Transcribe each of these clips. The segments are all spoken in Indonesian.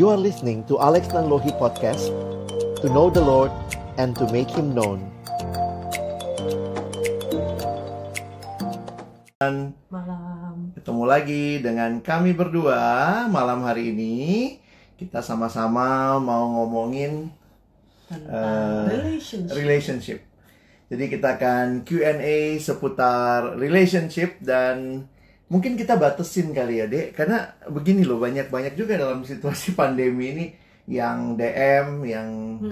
You are listening to Alex Nanlohi Podcast, to know the Lord and to make Him known. Malam. Ketemu lagi dengan kami berdua malam hari ini. Kita sama-sama mau ngomongin Tentang relationship. Jadi kita akan Q&A seputar relationship. Dan mungkin kita batasin kali ya, Dek. Karena begini loh, banyak-banyak juga dalam situasi pandemi ini yang DM, yang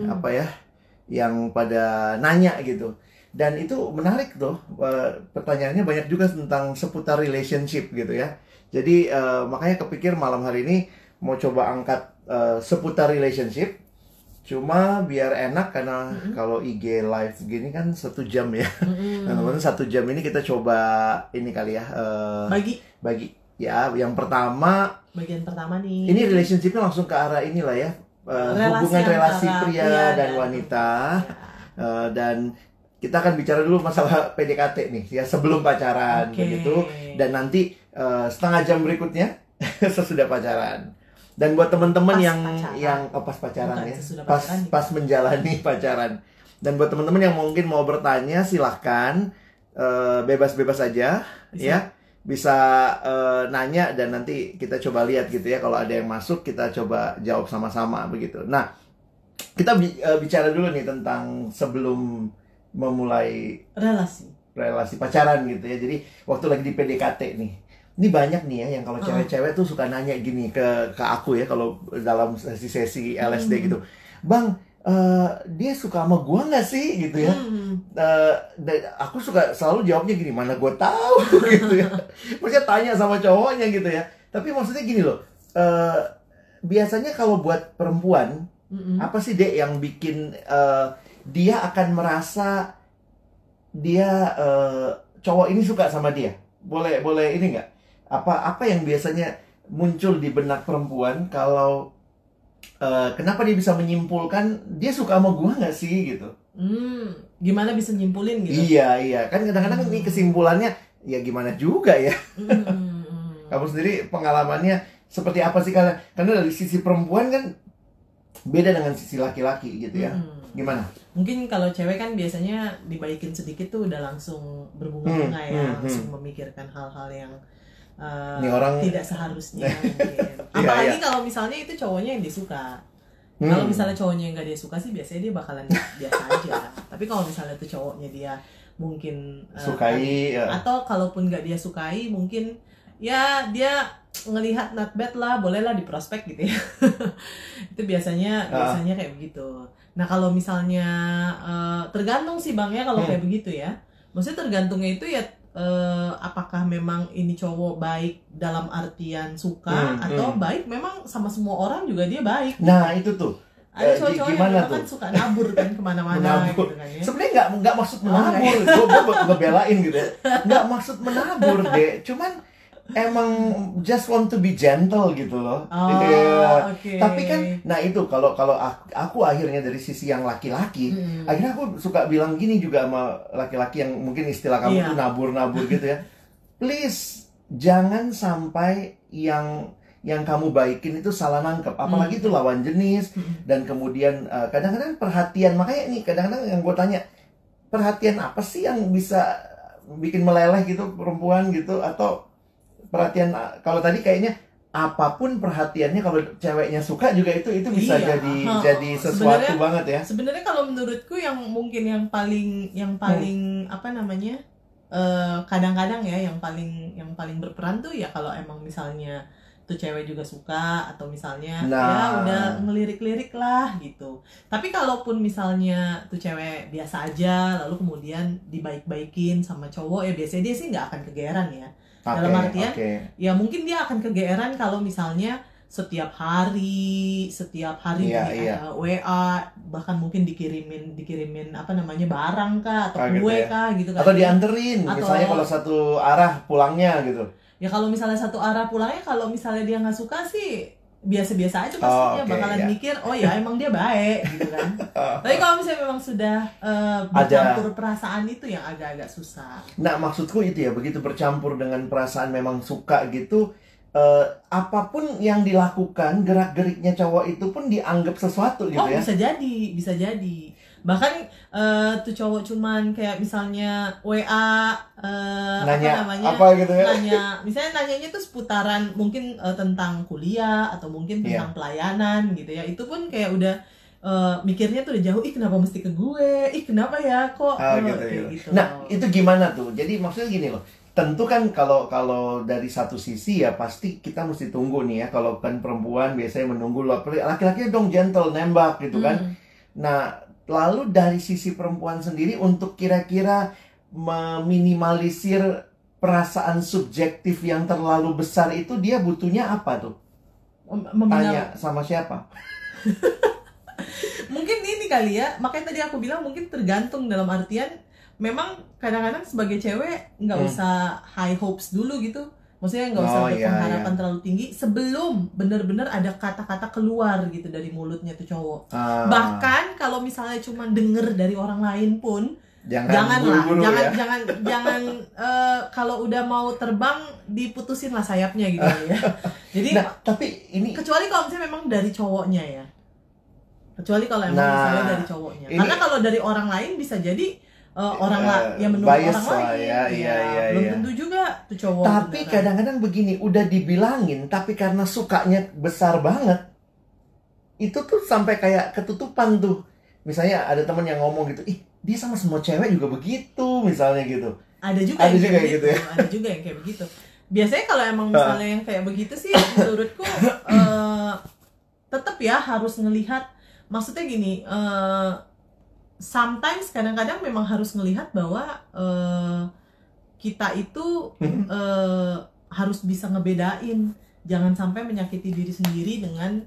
yang pada nanya gitu. Dan itu menarik tuh, pertanyaannya banyak juga tentang seputar relationship gitu ya. Jadi makanya kepikir malam hari ini mau coba angkat seputar relationship. Cuma biar enak karena kalau IG live gini kan 1 jam ya. Nah, teman-teman 1 jam ini kita coba ini kali ya. Bagi. Ya, yang pertama. Bagian pertama nih. Ini relationshipnya langsung ke arah inilah ya. Hubungan relasi pria dan wanita. Dan kita akan bicara dulu masalah PDKT nih ya, sebelum pacaran begitu. Dan nanti setengah jam berikutnya sesudah pacaran. Dan buat teman-teman yang pas pacaran ya, pas menjalani pacaran. Dan buat teman-teman yang mungkin mau bertanya, silahkan bebas-bebas aja. Bisa. Ya. Bisa nanya dan nanti kita coba lihat gitu ya. Kalau ada yang masuk kita coba jawab sama-sama begitu. Nah, kita bicara dulu nih tentang sebelum memulai relasi pacaran gitu ya. Jadi waktu lagi di PDKT nih, ini banyak nih ya yang kalau cewek-cewek tuh suka nanya gini ke aku ya, kalau dalam sesi LSD gitu, Bang, dia suka sama gua nggak sih gitu ya. Aku suka selalu jawabnya gini, mana gua tahu gitu ya. Maksudnya tanya sama cowoknya gitu ya. Tapi maksudnya gini loh, biasanya kalau buat perempuan, apa sih Dek yang bikin dia akan merasa dia cowok ini suka sama dia? Boleh ini nggak? Apa yang biasanya muncul di benak perempuan kalau kenapa dia bisa menyimpulkan dia suka sama gua nggak sih gitu? Gimana bisa nyimpulin gitu? Iya. Kan kadang-kadang ini kesimpulannya ya gimana juga ya. Kamu sendiri pengalamannya seperti apa sih? Karena dari sisi perempuan kan beda dengan sisi laki-laki gitu ya. Gimana? Mungkin kalau cewek kan biasanya dibaikin sedikit tuh udah langsung berbunga-bunga ya, langsung memikirkan hal-hal yang orang tidak seharusnya mungkin. Apalagi kalau misalnya itu cowoknya yang dia suka. Kalau misalnya cowoknya yang gak dia suka sih biasanya dia bakalan biasa aja. Tapi kalau misalnya itu cowoknya dia mungkin sukai atau kalaupun gak dia sukai mungkin ya dia ngelihat not bad lah, bolehlah di prospek gitu ya. Itu biasanya kayak begitu. Nah kalau misalnya tergantung sih Bang ya kalau kayak begitu ya. Maksudnya tergantungnya itu ya apakah memang ini cowok baik dalam artian suka atau baik memang sama semua orang juga dia baik. Nah itu tuh. Ada cowok-cowok yang kan suka nabur kan kemana-mana gitu kan ya. Sebenarnya nggak maksud menabur. Gue ngebelain gitu ya. Nggak maksud menabur deh. Cuman emang just want to be gentle gitu loh. Okay. Tapi kan, nah itu kalau aku akhirnya dari sisi yang laki-laki, akhirnya aku suka bilang gini juga sama laki-laki yang mungkin istilah kamu tuh nabur-nabur gitu ya. Please jangan sampai yang kamu baikin itu salah nangkep. Apalagi itu lawan jenis. Dan kemudian kadang-kadang perhatian, makanya nih kadang-kadang yang gue tanya, perhatian apa sih yang bisa bikin meleleh gitu perempuan gitu, atau perhatian kalau tadi kayaknya apapun perhatiannya kalau ceweknya suka juga itu bisa jadi sesuatu banget ya. Sebenarnya kalau menurutku yang mungkin yang paling apa namanya kadang-kadang ya yang paling berperan tuh ya kalau emang misalnya tuh cewek juga suka atau misalnya ya udah ngelirik-lirik lah gitu. Tapi kalaupun misalnya tuh cewek biasa aja lalu kemudian dibaik-baikin sama cowok ya biasanya dia sih nggak akan kegeeran ya. Dalam artian ya mungkin dia akan kegeeran kalau misalnya setiap hari WA bahkan mungkin dikirimin apa namanya barang kah atau kue kah gitu kan, atau dianterin misalnya kalau satu arah pulangnya gitu ya. Kalau misalnya satu arah pulangnya, kalau misalnya dia nggak suka sih biasa-biasa aja pastinya, bakalan mikir oh ya emang dia baik gitu kan. Tapi kalau misalnya memang sudah bercampur perasaan itu yang agak-agak susah. Nah maksudku itu ya, begitu bercampur dengan perasaan memang suka gitu, apapun yang dilakukan, gerak-geriknya cowok itu pun dianggap sesuatu gitu ya. Bisa jadi. Bahkan tuh cowok cuman kayak misalnya WA Nanya apa namanya? apa gitu ya. Misalnya nanyanya tuh seputaran mungkin tentang kuliah atau mungkin tentang pelayanan gitu ya. Itu pun kayak udah mikirnya tuh udah jauh, kenapa mesti ke gue? Kenapa ya kok gitu. Nah, itu gimana tuh? Jadi maksudnya gini loh. Tentu kan kalau dari satu sisi ya pasti kita mesti tunggu nih ya. Kalau kan perempuan biasanya menunggu, laki-laki dong gentle nembak gitu kan. Nah, lalu dari sisi perempuan sendiri untuk kira-kira meminimalisir perasaan subjektif yang terlalu besar itu dia butuhnya apa tuh? Tanya sama siapa? Mungkin ini kali ya, makanya tadi aku bilang mungkin tergantung dalam artian memang kadang-kadang sebagai cewek nggak usah high hopes dulu gitu. Maksudnya nggak usah berpengharapan terlalu tinggi sebelum benar-benar ada kata-kata keluar gitu dari mulutnya tuh cowok. Bahkan kalau misalnya cuma denger dari orang lain pun jangan kalau udah mau terbang diputusin lah sayapnya gitu ya. Jadi tapi ini kecuali kalau misalnya memang dari cowoknya ya. Kecuali kalau emang misalnya dari cowoknya. Karena kalau dari orang lain bisa jadi yang menurut orang lain belum tentu juga tuh cowok. Tapi kadang-kadang begini, udah dibilangin tapi karena sukanya besar banget, itu tuh sampai kayak ketutupan tuh. Misalnya ada teman yang ngomong gitu, dia sama semua cewek juga begitu misalnya gitu. Ada juga yang kayak gitu ya. Ada juga yang kayak begitu. Biasanya kalau emang misalnya yang kayak begitu sih menurutku tetap ya harus ngelihat. Maksudnya gini, sometimes kadang-kadang memang harus ngelihat bahwa kita itu harus bisa ngebedain, jangan sampai menyakiti diri sendiri dengan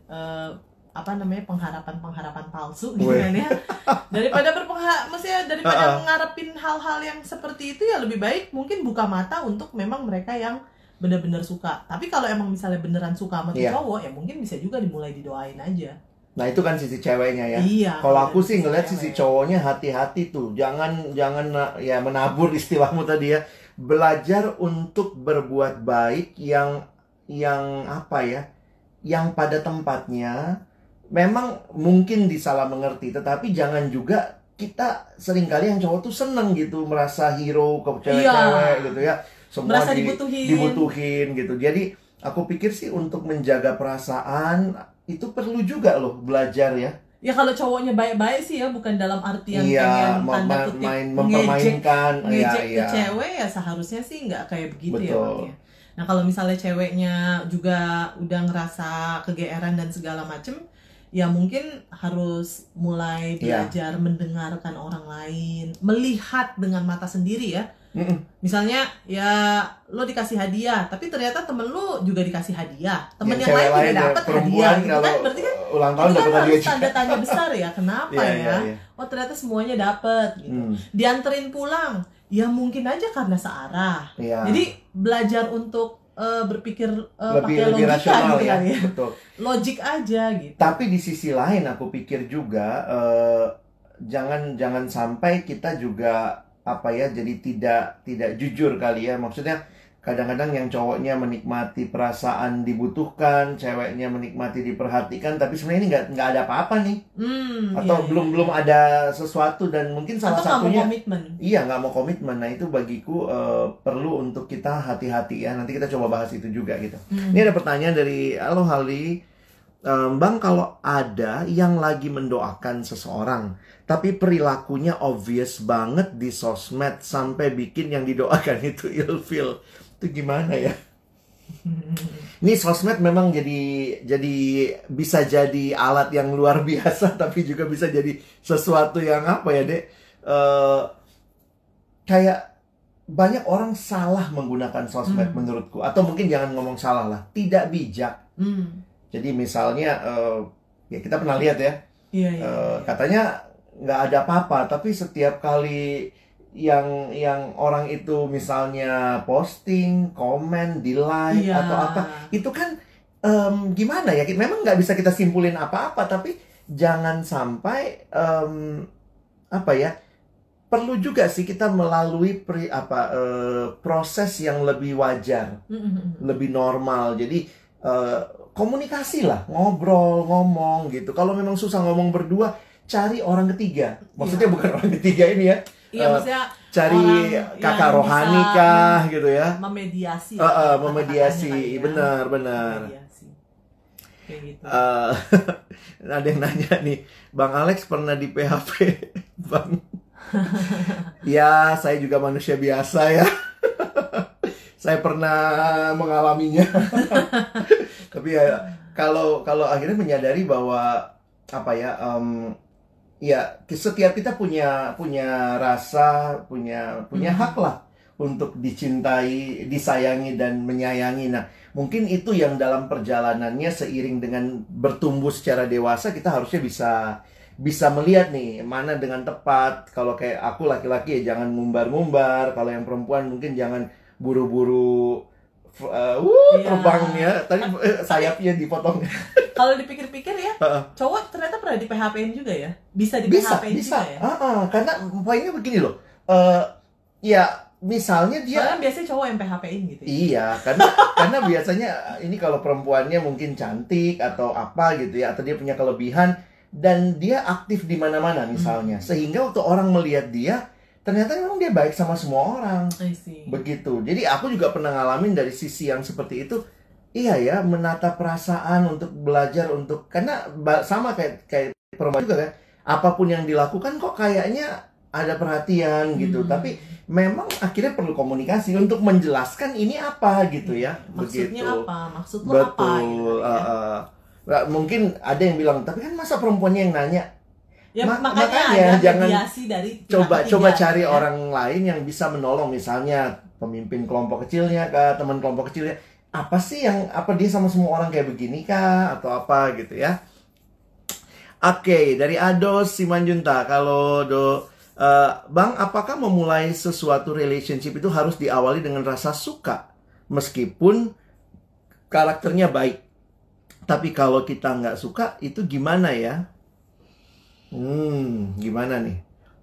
pengharapan palsu gitu kan ya. Daripada mengharapin hal-hal yang seperti itu ya lebih baik mungkin buka mata untuk memang mereka yang benar-benar suka. Tapi kalau emang misalnya beneran suka sama cowok ya mungkin bisa juga dimulai didoain aja. Nah itu kan sisi ceweknya ya. Iya. Kalau aku sih ngeliat sisi cowoknya hati-hati tuh. Jangan ya menabur istilahmu tadi ya. Belajar untuk berbuat baik yang apa ya? Yang pada tempatnya. Memang mungkin disalah mengerti, tetapi jangan juga kita seringkali yang cowok tuh seneng gitu merasa hero ke cewek-cewek gitu ya. Semua merasa dibutuhin gitu. Jadi aku pikir sih untuk menjaga perasaan itu perlu juga loh belajar ya. Ya kalau cowoknya baik-baik sih ya, bukan dalam artian pengen tanda kutip mempermainkan ngejek ke cewek ya seharusnya sih nggak kayak begitu. Betul. Ya. Nah kalau misalnya ceweknya juga udah ngerasa kegeeran dan segala macem, ya mungkin harus mulai belajar mendengarkan orang lain, melihat dengan mata sendiri ya. Misalnya ya lo dikasih hadiah, tapi ternyata temen lo juga dikasih hadiah, temen yang lain juga dapat hadiah, gitu kan? Berarti kan ulang tahun itu kan harus tanda tanya besar ya, kenapa Oh ternyata semuanya dapat gitu. Dianterin pulang, ya mungkin aja karena searah. Jadi belajar untuk berpikir pakai logika rasional gitu ya. Betul. Logik aja gitu. Tapi di sisi lain aku pikir juga jangan sampai kita juga jadi tidak jujur kali ya. Maksudnya kadang-kadang yang cowoknya menikmati perasaan dibutuhkan, ceweknya menikmati diperhatikan, tapi sebenarnya ini nggak ada apa-apa nih. Atau belum ada sesuatu dan mungkin salah satunya nggak mau komitmen. Nah itu bagiku perlu untuk kita hati-hati ya. Nanti kita coba bahas itu juga gitu. Ini ada pertanyaan dari Halo Hali. Bang, kalau ada yang lagi mendoakan seseorang tapi perilakunya obvious banget di sosmed sampai bikin yang didoakan itu ilfeel, itu gimana ya? Ini sosmed memang jadi bisa jadi alat yang luar biasa, tapi juga bisa jadi sesuatu yang apa ya, Dek? Kayak banyak orang salah menggunakan sosmed menurutku, atau mungkin jangan ngomong salah lah, tidak bijak. Jadi misalnya ya kita pernah lihat ya, katanya nggak ada apa-apa, tapi setiap kali yang orang itu misalnya posting, komen, di like atau apa, itu kan gimana ya? Memang nggak bisa kita simpulin apa-apa, tapi jangan sampai perlu juga sih kita melalui proses yang lebih wajar, lebih normal. Jadi komunikasi lah, ngobrol, ngomong gitu. Kalau memang susah ngomong berdua, cari orang ketiga. Maksudnya bukan orang ketiga ini ya. Iya, maksudnya cari kakak rohani kah gitu ya. Memediasi. Memediasi, benar. Memediasi. Kayak gitu. Ada yang nanya nih, Bang Alex pernah di PHP, Bang? Ya, saya juga manusia biasa ya. Saya pernah mengalaminya. Tapi ya kalau akhirnya menyadari bahwa ya setiap kita punya rasa, punya hak lah untuk dicintai, disayangi dan menyayangi. Nah, mungkin itu yang dalam perjalanannya seiring dengan bertumbuh secara dewasa kita harusnya bisa melihat nih mana dengan tepat. Kalau kayak aku laki-laki ya jangan ngumbar-ngumbar. Kalau yang perempuan mungkin jangan buru-buru terbang ya. Tadi sayapnya dipotong. Kalau dipikir-pikir ya, cowok ternyata pernah di PHP-in juga ya. Bisa di Bisa. juga ya. Karena poinnya begini loh. Ya misalnya dia soalnya biasanya cowok yang PHP-in gitu ya? Iya, karena biasanya ini kalau perempuannya mungkin cantik atau apa gitu ya, atau dia punya kelebihan dan dia aktif di mana-mana misalnya, sehingga waktu orang melihat dia ternyata memang dia baik sama semua orang. Begitu. Jadi aku juga pernah ngalamin dari sisi yang seperti itu. Iya ya, menata perasaan untuk belajar untuk karena sama kayak perempuan juga kan. Apapun yang dilakukan kok kayaknya ada perhatian gitu. Tapi memang akhirnya perlu komunikasi untuk menjelaskan ini apa gitu ya. Maksudnya begitu. apa? Maksud lo Betul. apa gitu ya? Mungkin ada yang bilang, tapi kan masa perempuannya yang nanya? Ya, makanya ada jangan dari coba cari orang lain yang bisa menolong, misalnya pemimpin kelompok kecilnya kah, teman kelompok kecilnya. Apa sih dia sama semua orang kayak begini kah atau apa gitu ya. Oke, dari Ados Simanjunta, kalau Bang, apakah memulai sesuatu relationship itu harus diawali dengan rasa suka meskipun karakternya baik? Tapi kalau kita nggak suka, itu gimana ya? Gimana nih?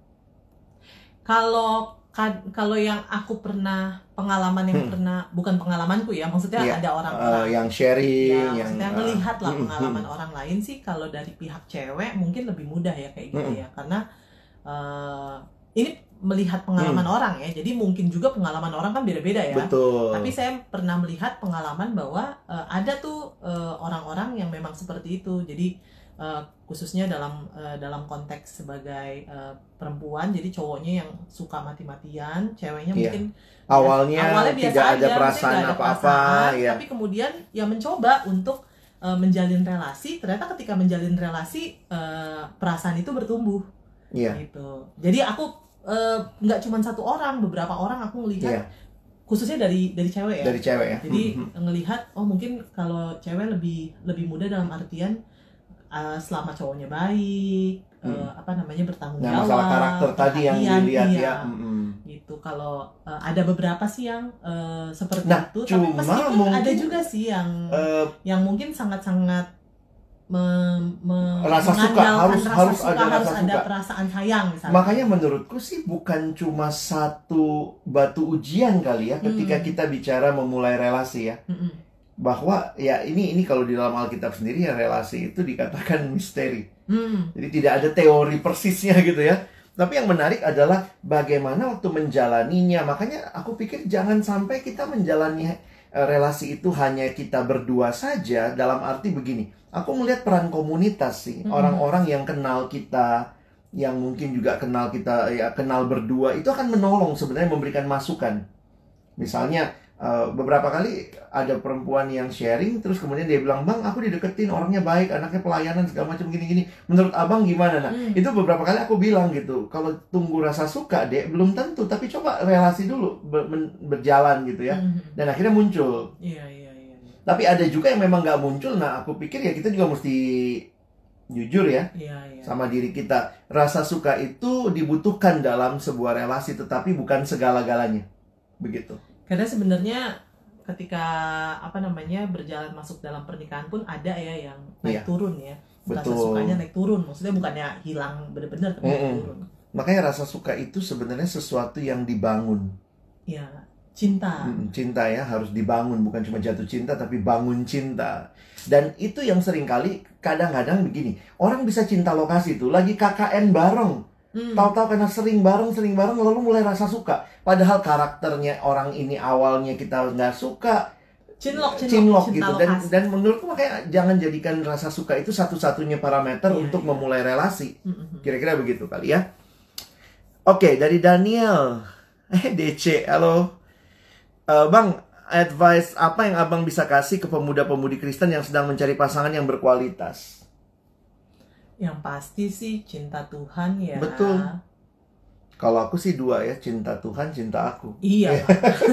Kalau yang aku pernah pengalaman yang bukan pengalamanku ya, maksudnya ada orang-orang yang sharing, ya, maksudnya melihat lah pengalaman orang lain sih. Kalau dari pihak cewek mungkin lebih mudah ya kayak gitu ya, karena ini melihat pengalaman orang ya, jadi mungkin juga pengalaman orang kan beda-beda ya. Betul. Tapi saya pernah melihat pengalaman bahwa ada tuh orang-orang yang memang seperti itu. Jadi khususnya dalam konteks sebagai perempuan, jadi cowoknya yang suka mati-matian, ceweknya mungkin awalnya biasa tidak aja, ada perasaan apa-apa, ya. Tapi kemudian ya mencoba untuk menjalin relasi. Ternyata ketika menjalin relasi perasaan itu bertumbuh. Gitu. Jadi aku nggak cuma satu orang, beberapa orang aku melihat, khususnya dari cewek ya. Dari cewek ya. Jadi ngelihat, oh mungkin kalau cewek lebih mudah dalam artian selama cowoknya baik, bertanggung jawab. Masalah karakter tadi yang dilihat ya. Gitu. Kalau ada beberapa sih yang seperti itu, tapi cuma meskipun ada juga sih yang mungkin sangat-sangat rasa suka harus ada perasaan sayang misalnya. Makanya menurutku sih bukan cuma satu batu ujian kali ya ketika kita bicara memulai relasi ya. Bahwa ya ini kalau di dalam Alkitab sendiri ya relasi itu dikatakan misteri. Jadi tidak ada teori persisnya gitu ya. Tapi yang menarik adalah bagaimana waktu menjalaninya. Makanya aku pikir jangan sampai kita menjalani relasi itu hanya kita berdua saja. Dalam arti begini, aku melihat peran komunitas sih. Orang-orang yang kenal kita, yang mungkin juga kenal kita, ya kenal berdua, itu akan menolong sebenarnya, memberikan masukan. Misalnya beberapa kali ada perempuan yang sharing, terus kemudian dia bilang, Bang, aku dideketin, orangnya baik, anaknya pelayanan, segala macam gini-gini. Menurut abang gimana? Nah, itu beberapa kali aku bilang gitu, kalau tunggu rasa suka, dek, belum tentu. Tapi coba relasi dulu berjalan gitu ya. Dan akhirnya muncul. Iya. Tapi ada juga yang memang nggak muncul. Nah, aku pikir ya kita juga mesti jujur ya sama diri kita. Rasa suka itu dibutuhkan dalam sebuah relasi, tetapi bukan segala-galanya. Begitu. Karena sebenarnya ketika berjalan masuk dalam pernikahan pun ada ya yang naik turun ya. Rasa sukanya naik turun, maksudnya bukannya hilang benar-benar, tapi naik turun. Makanya rasa suka itu sebenarnya sesuatu yang dibangun. Ya, cinta. Cinta ya, harus dibangun. Bukan cuma jatuh cinta, tapi bangun cinta. Dan itu yang seringkali, kadang-kadang begini. Orang bisa cinta lokasi tuh, lagi KKN bareng. Tahu-tahu karena sering bareng, lalu mulai rasa suka. Padahal karakternya orang ini awalnya kita nggak suka. Cinlok gitu. Dan menurutku makanya jangan jadikan rasa suka itu satu-satunya parameter untuk memulai relasi. Kira-kira begitu kali ya. Oke, dari Daniel. DC, halo. Bang, advice apa yang abang bisa kasih ke pemuda-pemudi Kristen yang sedang mencari pasangan yang berkualitas? Yang pasti sih cinta Tuhan ya. Betul. Kalau aku sih 2 ya, cinta Tuhan, cinta aku. Iya.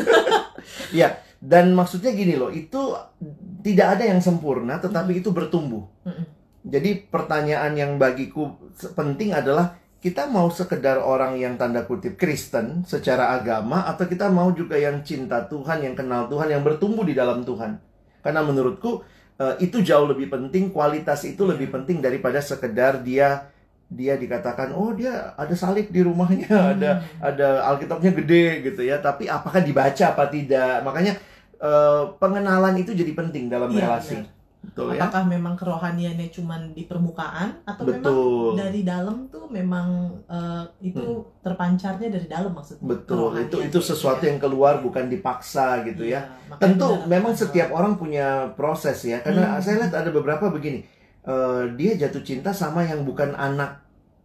Ya, dan maksudnya gini loh, itu tidak ada yang sempurna, tetapi itu bertumbuh. Jadi pertanyaan yang bagiku penting adalah, kita mau sekedar orang yang tanda kutip Kristen secara agama, atau kita mau juga yang cinta Tuhan, yang kenal Tuhan, yang bertumbuh di dalam Tuhan. Karena menurutku itu jauh lebih penting, kualitas itu lebih penting daripada sekedar dia dikatakan, oh dia ada salib di rumahnya, ada Alkitabnya gede gitu ya, tapi apakah dibaca apa tidak. Makanya pengenalan itu jadi penting dalam relasi. Betul, apakah memang kerohaniannya cuma di permukaan, atau memang dari dalam tuh memang itu terpancarnya dari dalam, maksudnya. Betul, itu sesuatu yang keluar, bukan dipaksa gitu ya. Tentu memang setiap orang punya proses ya. Karena saya lihat ada beberapa begini, dia jatuh cinta sama yang bukan anak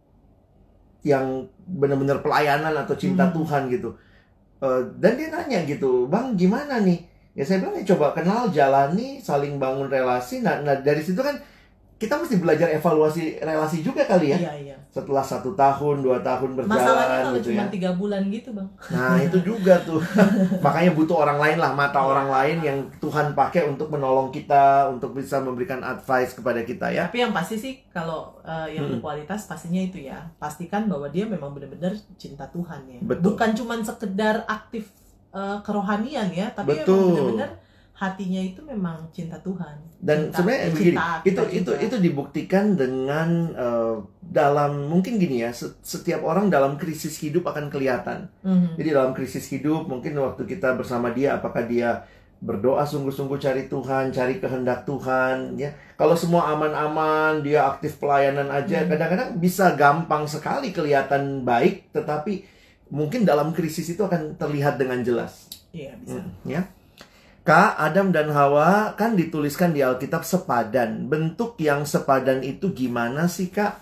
yang benar-benar pelayanan atau cinta Tuhan gitu. Dan dia nanya gitu, bang gimana nih? Ya saya bilang, coba kenal, jalani, saling bangun relasi. Nah dari situ kan kita mesti belajar evaluasi relasi juga kali ya. Iya. Setelah 1 tahun, 2 tahun berjalan. Masalahnya kalau gitu cuma ya. 3 bulan gitu bang. Nah itu juga tuh. Makanya butuh orang lain lah, mata orang lain yang Tuhan pakai untuk menolong kita, untuk bisa memberikan advice kepada kita ya. Tapi yang pasti sih kalau yang berkualitas pastinya itu ya, pastikan bahwa dia memang benar-benar cinta Tuhan ya. Betul. Bukan cuma sekedar aktif kerohanian ya, tapi memang benar-benar hatinya itu memang cinta Tuhan. Dan sebenarnya begini, itu dibuktikan dengan dalam, mungkin gini ya, setiap orang dalam krisis hidup akan kelihatan. Jadi dalam krisis hidup, mungkin waktu kita bersama dia, apakah dia berdoa sungguh-sungguh cari Tuhan, cari kehendak Tuhan ya. Kalau semua aman-aman, dia aktif pelayanan aja, kadang-kadang bisa gampang sekali kelihatan baik, tetapi mungkin dalam krisis itu akan terlihat dengan jelas. Iya, bisa. Ya. Kak, Adam dan Hawa kan dituliskan di Alkitab sepadan. Bentuk yang sepadan itu gimana sih, Kak?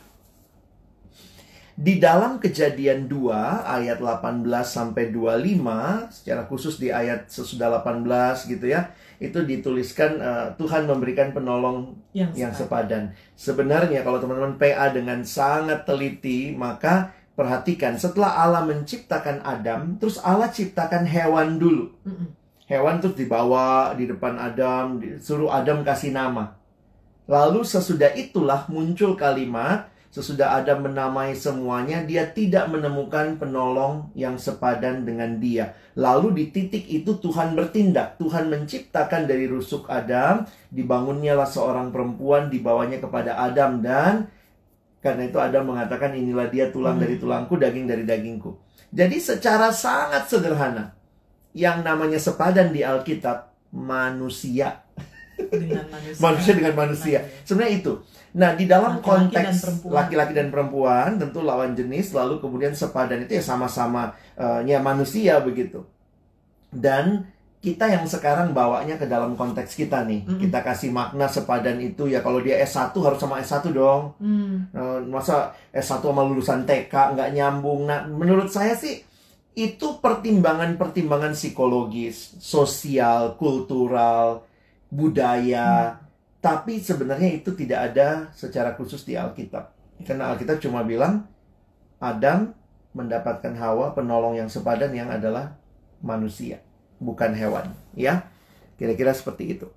Di dalam Kejadian 2 ayat 18 sampai 25, secara khusus di ayat sesudah 18 gitu ya, itu dituliskan Tuhan memberikan penolong yang sepadan. Sebenarnya kalau teman-teman PA dengan sangat teliti, maka perhatikan, setelah Allah menciptakan Adam, terus Allah ciptakan hewan dulu. Hewan terus dibawa di depan Adam, suruh Adam kasih nama. Lalu sesudah itulah muncul kalimat, sesudah Adam menamai semuanya, dia tidak menemukan penolong yang sepadan dengan dia. Lalu di titik itu Tuhan bertindak. Tuhan menciptakan dari rusuk Adam, dibangunnyalah seorang perempuan, dibawanya kepada Adam, dan karena itu Adam mengatakan, inilah dia tulang dari tulangku, daging dari dagingku. Jadi secara sangat sederhana, yang namanya sepadan di Alkitab, manusia. Manusia dengan manusia. Sebenarnya itu. Nah, di dalam konteks laki-laki dan perempuan, tentu lawan jenis, lalu kemudian sepadan itu ya sama-sama manusia begitu. Dan kita yang sekarang bawanya ke dalam konteks kita nih. Kita kasih makna sepadan itu ya, kalau dia S1 harus sama S1 dong. Masa S1 sama lulusan TK nggak nyambung. Nah, menurut saya sih itu pertimbangan-pertimbangan psikologis, sosial, kultural, budaya. Tapi sebenarnya itu tidak ada secara khusus di Alkitab. Karena Alkitab cuma bilang Adam mendapatkan Hawa, penolong yang sepadan yang adalah manusia, bukan hewan, ya. Kira-kira seperti itu.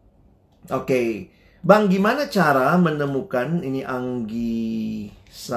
Oke. Bang, gimana cara menemukan, ini Anggi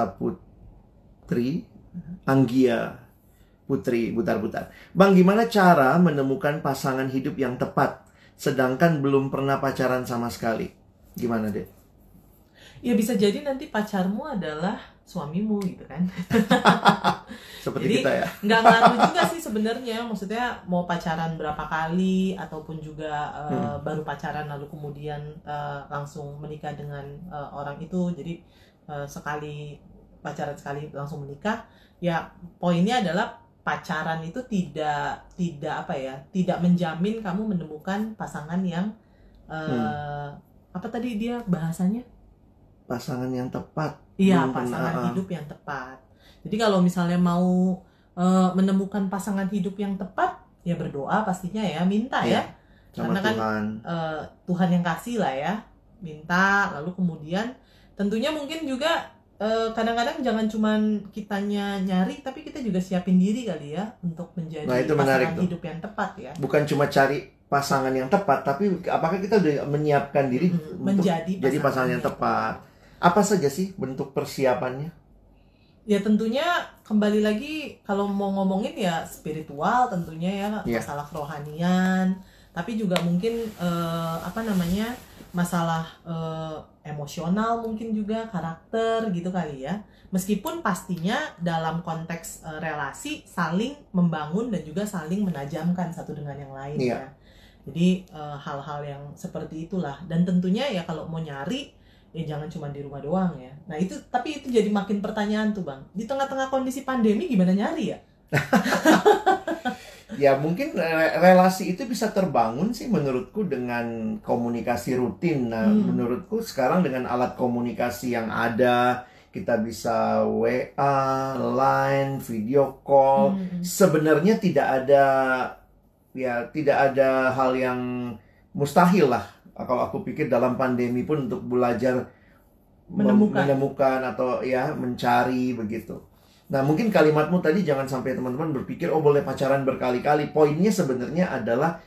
Saputri, Anggia Putri, butar-butar. Bang, gimana cara menemukan pasangan hidup yang tepat, sedangkan belum pernah pacaran sama sekali? Gimana, Dek? Ya bisa jadi nanti pacarmu adalah suamimu gitu kan. Seperti Jadi, kita ya. nggak ngaruh juga sih sebenarnya, maksudnya mau pacaran berapa kali ataupun juga baru pacaran lalu kemudian langsung menikah dengan orang itu, jadi sekali pacaran sekali langsung menikah, ya poinnya adalah pacaran itu tidak tidak menjamin kamu menemukan pasangan yang apa tadi dia bahasanya, Pasangan yang tepat. iya, pasangan hidup yang tepat. Jadi kalau misalnya mau menemukan pasangan hidup yang tepat, ya berdoa pastinya ya, minta ya. Sama Karena kan Tuhan. Tuhan yang kasih lah ya, minta. Lalu kemudian tentunya mungkin juga kadang-kadang jangan cuman kitanya nyari, tapi kita juga siapin diri kali ya untuk menjadi Itu pasangan menarik hidup yang tepat ya. Bukan cuma cari pasangan yang tepat, tapi apakah kita udah menyiapkan diri untuk menjadi jadi pasangan yang tepat? Apa saja sih bentuk persiapannya? Ya tentunya kembali lagi kalau mau ngomongin ya spiritual tentunya ya, masalah kerohanian, tapi juga mungkin masalah emosional, mungkin juga karakter gitu kali ya. Meskipun pastinya dalam konteks relasi saling membangun dan juga saling menajamkan satu dengan yang lain ya. Jadi hal-hal yang seperti itulah, dan tentunya ya kalau mau nyari ya jangan cuma di rumah doang ya. Nah itu, tapi itu jadi makin pertanyaan tuh Bang, di tengah-tengah kondisi pandemi gimana nyari ya? Ya mungkin relasi itu bisa terbangun sih menurutku dengan komunikasi rutin. Nah menurutku sekarang dengan alat komunikasi yang ada, kita bisa WA, Line, video call. Sebenarnya tidak ada hal yang mustahil lah. Kalau aku pikir dalam pandemi pun untuk belajar menemukan atau ya mencari begitu. Nah mungkin kalimatmu tadi jangan sampai teman-teman berpikir oh boleh pacaran berkali-kali. Poinnya sebenarnya adalah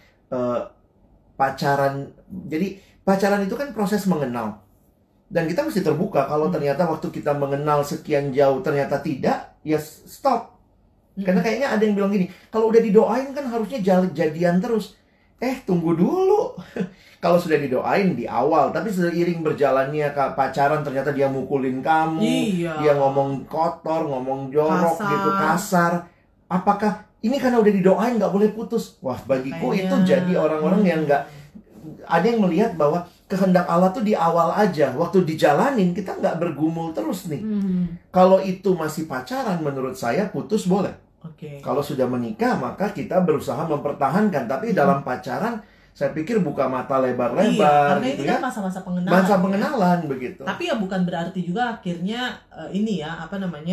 pacaran. Jadi pacaran itu kan proses mengenal. Dan kita mesti terbuka kalau ternyata waktu kita mengenal sekian jauh ternyata tidak, ya stop. Karena kayaknya ada yang bilang gini, kalau udah didoain kan harusnya jadian terus. Tunggu dulu. Kalau sudah didoain di awal, tapi seiring berjalannya pacaran ternyata dia mukulin kamu, dia ngomong kotor, ngomong jorok gitu, kasar. Apakah ini karena udah didoain nggak boleh putus? Wah, bagiku itu jadi orang-orang yang nggak, ada yang melihat bahwa kehendak Allah tuh di awal aja. Waktu dijalanin kita nggak bergumul terus nih. Kalau itu masih pacaran, menurut saya putus boleh. Kalau sudah menikah maka kita berusaha mempertahankan. Tapi dalam pacaran saya pikir buka mata lebar-lebar karena gitu ini ya. kan masa-masa pengenalan. Masa pengenalan begitu. Tapi ya bukan berarti juga akhirnya ini ya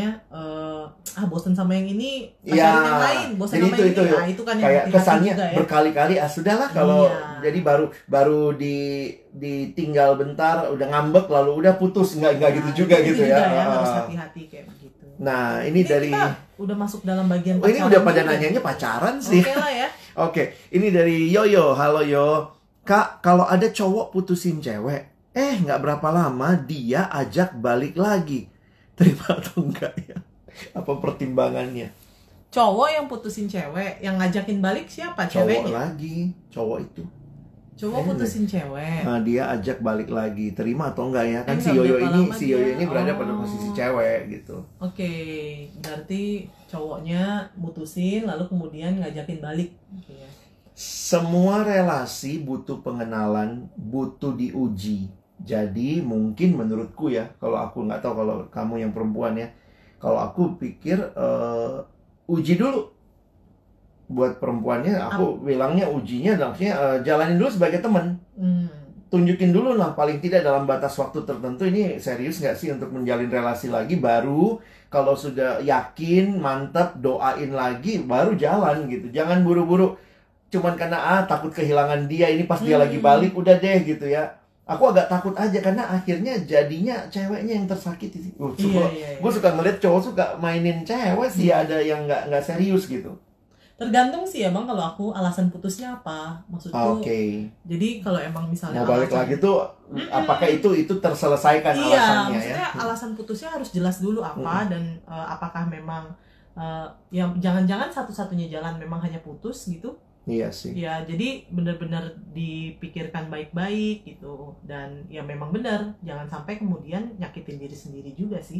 bosan sama yang ini, pacaran yang lain, bosan sama yang ini. Nah, itu kan yang kayak kesannya juga, ya. Berkali-kali sudahlah kalau jadi baru ditinggal bentar udah ngambek lalu udah putus, enggak gitu juga gitu ya. Harus hati-hati kayak begitu. Nah, ini dari kita udah masuk dalam bagian pacaran. Ini udah pada nanyanya pacaran sih. Oke lah ya. Oke, ini dari Yoyo. Halo Yo. Kak, kalau ada cowok putusin cewek, nggak berapa lama dia ajak balik lagi. Terima atau enggak ya? Apa pertimbangannya? Cowok yang putusin cewek, yang ngajakin balik siapa? Ceweknya? Cowok lagi, cowok itu. Cowok putusin cewek. Nah, dia ajak balik lagi. Terima atau enggak ya? Kan si Yoyo ini berada pada posisi cewek gitu. Oke, berarti cowoknya mutusin lalu kemudian ngajakin balik. Semua relasi butuh pengenalan, butuh diuji. Jadi mungkin menurutku ya, kalau aku nggak tahu kalau kamu yang perempuan ya, kalau aku pikir uji dulu. Buat perempuannya, aku bilangnya ujinya maksudnya jalanin dulu sebagai teman. Tunjukin dulu lah, paling tidak dalam batas waktu tertentu ini serius nggak sih untuk menjalin relasi lagi. Baru kalau sudah yakin, mantap, doain lagi, baru jalan gitu. Jangan buru-buru cuman karena takut kehilangan dia, ini pas dia lagi balik udah deh gitu ya. Aku agak takut aja karena akhirnya jadinya ceweknya yang tersakiti sih. Gue suka ngeliat cowok suka mainin cewek sih, ada yang nggak serius gitu. Tergantung sih emang kalau aku alasan putusnya apa, maksudku. Jadi kalau emang misalnya mau balik lagi tuh apakah itu terselesaikan alasannya maksudnya ya? Alasan putusnya harus jelas dulu apa dan apakah memang ya jangan-jangan satu-satunya jalan memang hanya putus gitu. Iya sih. Ya jadi benar-benar dipikirkan baik-baik gitu, dan ya memang benar jangan sampai kemudian nyakitin diri sendiri juga sih.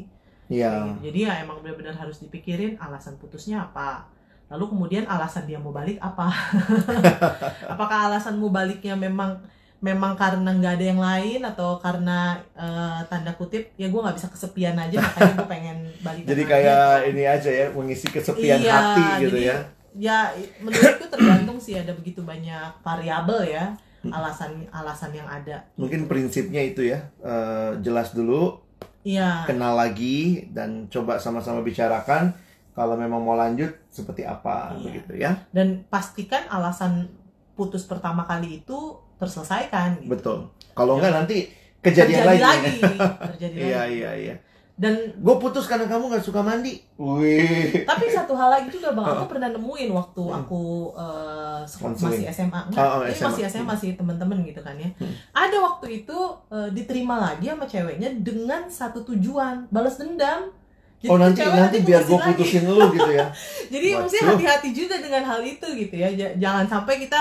Iya. Jadi ya emang benar-benar harus dipikirin alasan putusnya apa. Lalu kemudian alasan dia mau balik apa? Apakah alasan mau baliknya memang karena nggak ada yang lain, atau karena tanda kutip ya gue nggak bisa kesepian aja makanya gue pengen balik. Jadi kayak ini aja ya, mengisi kesepian hati gitu jadi, ya. Ya menurutku tergantung sih, ada begitu banyak variabel ya alasan yang ada. Mungkin prinsipnya itu ya, jelas dulu, kenal lagi, dan coba sama-sama bicarakan kalau memang mau lanjut seperti apa, begitu ya. Dan pastikan alasan putus pertama kali itu terselesaikan. Gitu. Betul. Kalau enggak nanti kejadian lagi. Terjadi lagi. Iya. Dan gue putus karena kamu nggak suka mandi. Wih. Tapi satu hal lagi juga Bang, aku pernah nemuin waktu aku masih SMA. Ini masih SMA, masih teman-teman gitu kan ya. Ada waktu itu diterima lagi sama ceweknya dengan satu tujuan, balas dendam. Jadi nanti biar gue putusin lu gitu ya. Jadi mesti hati-hati juga dengan hal itu gitu ya. Jangan sampai kita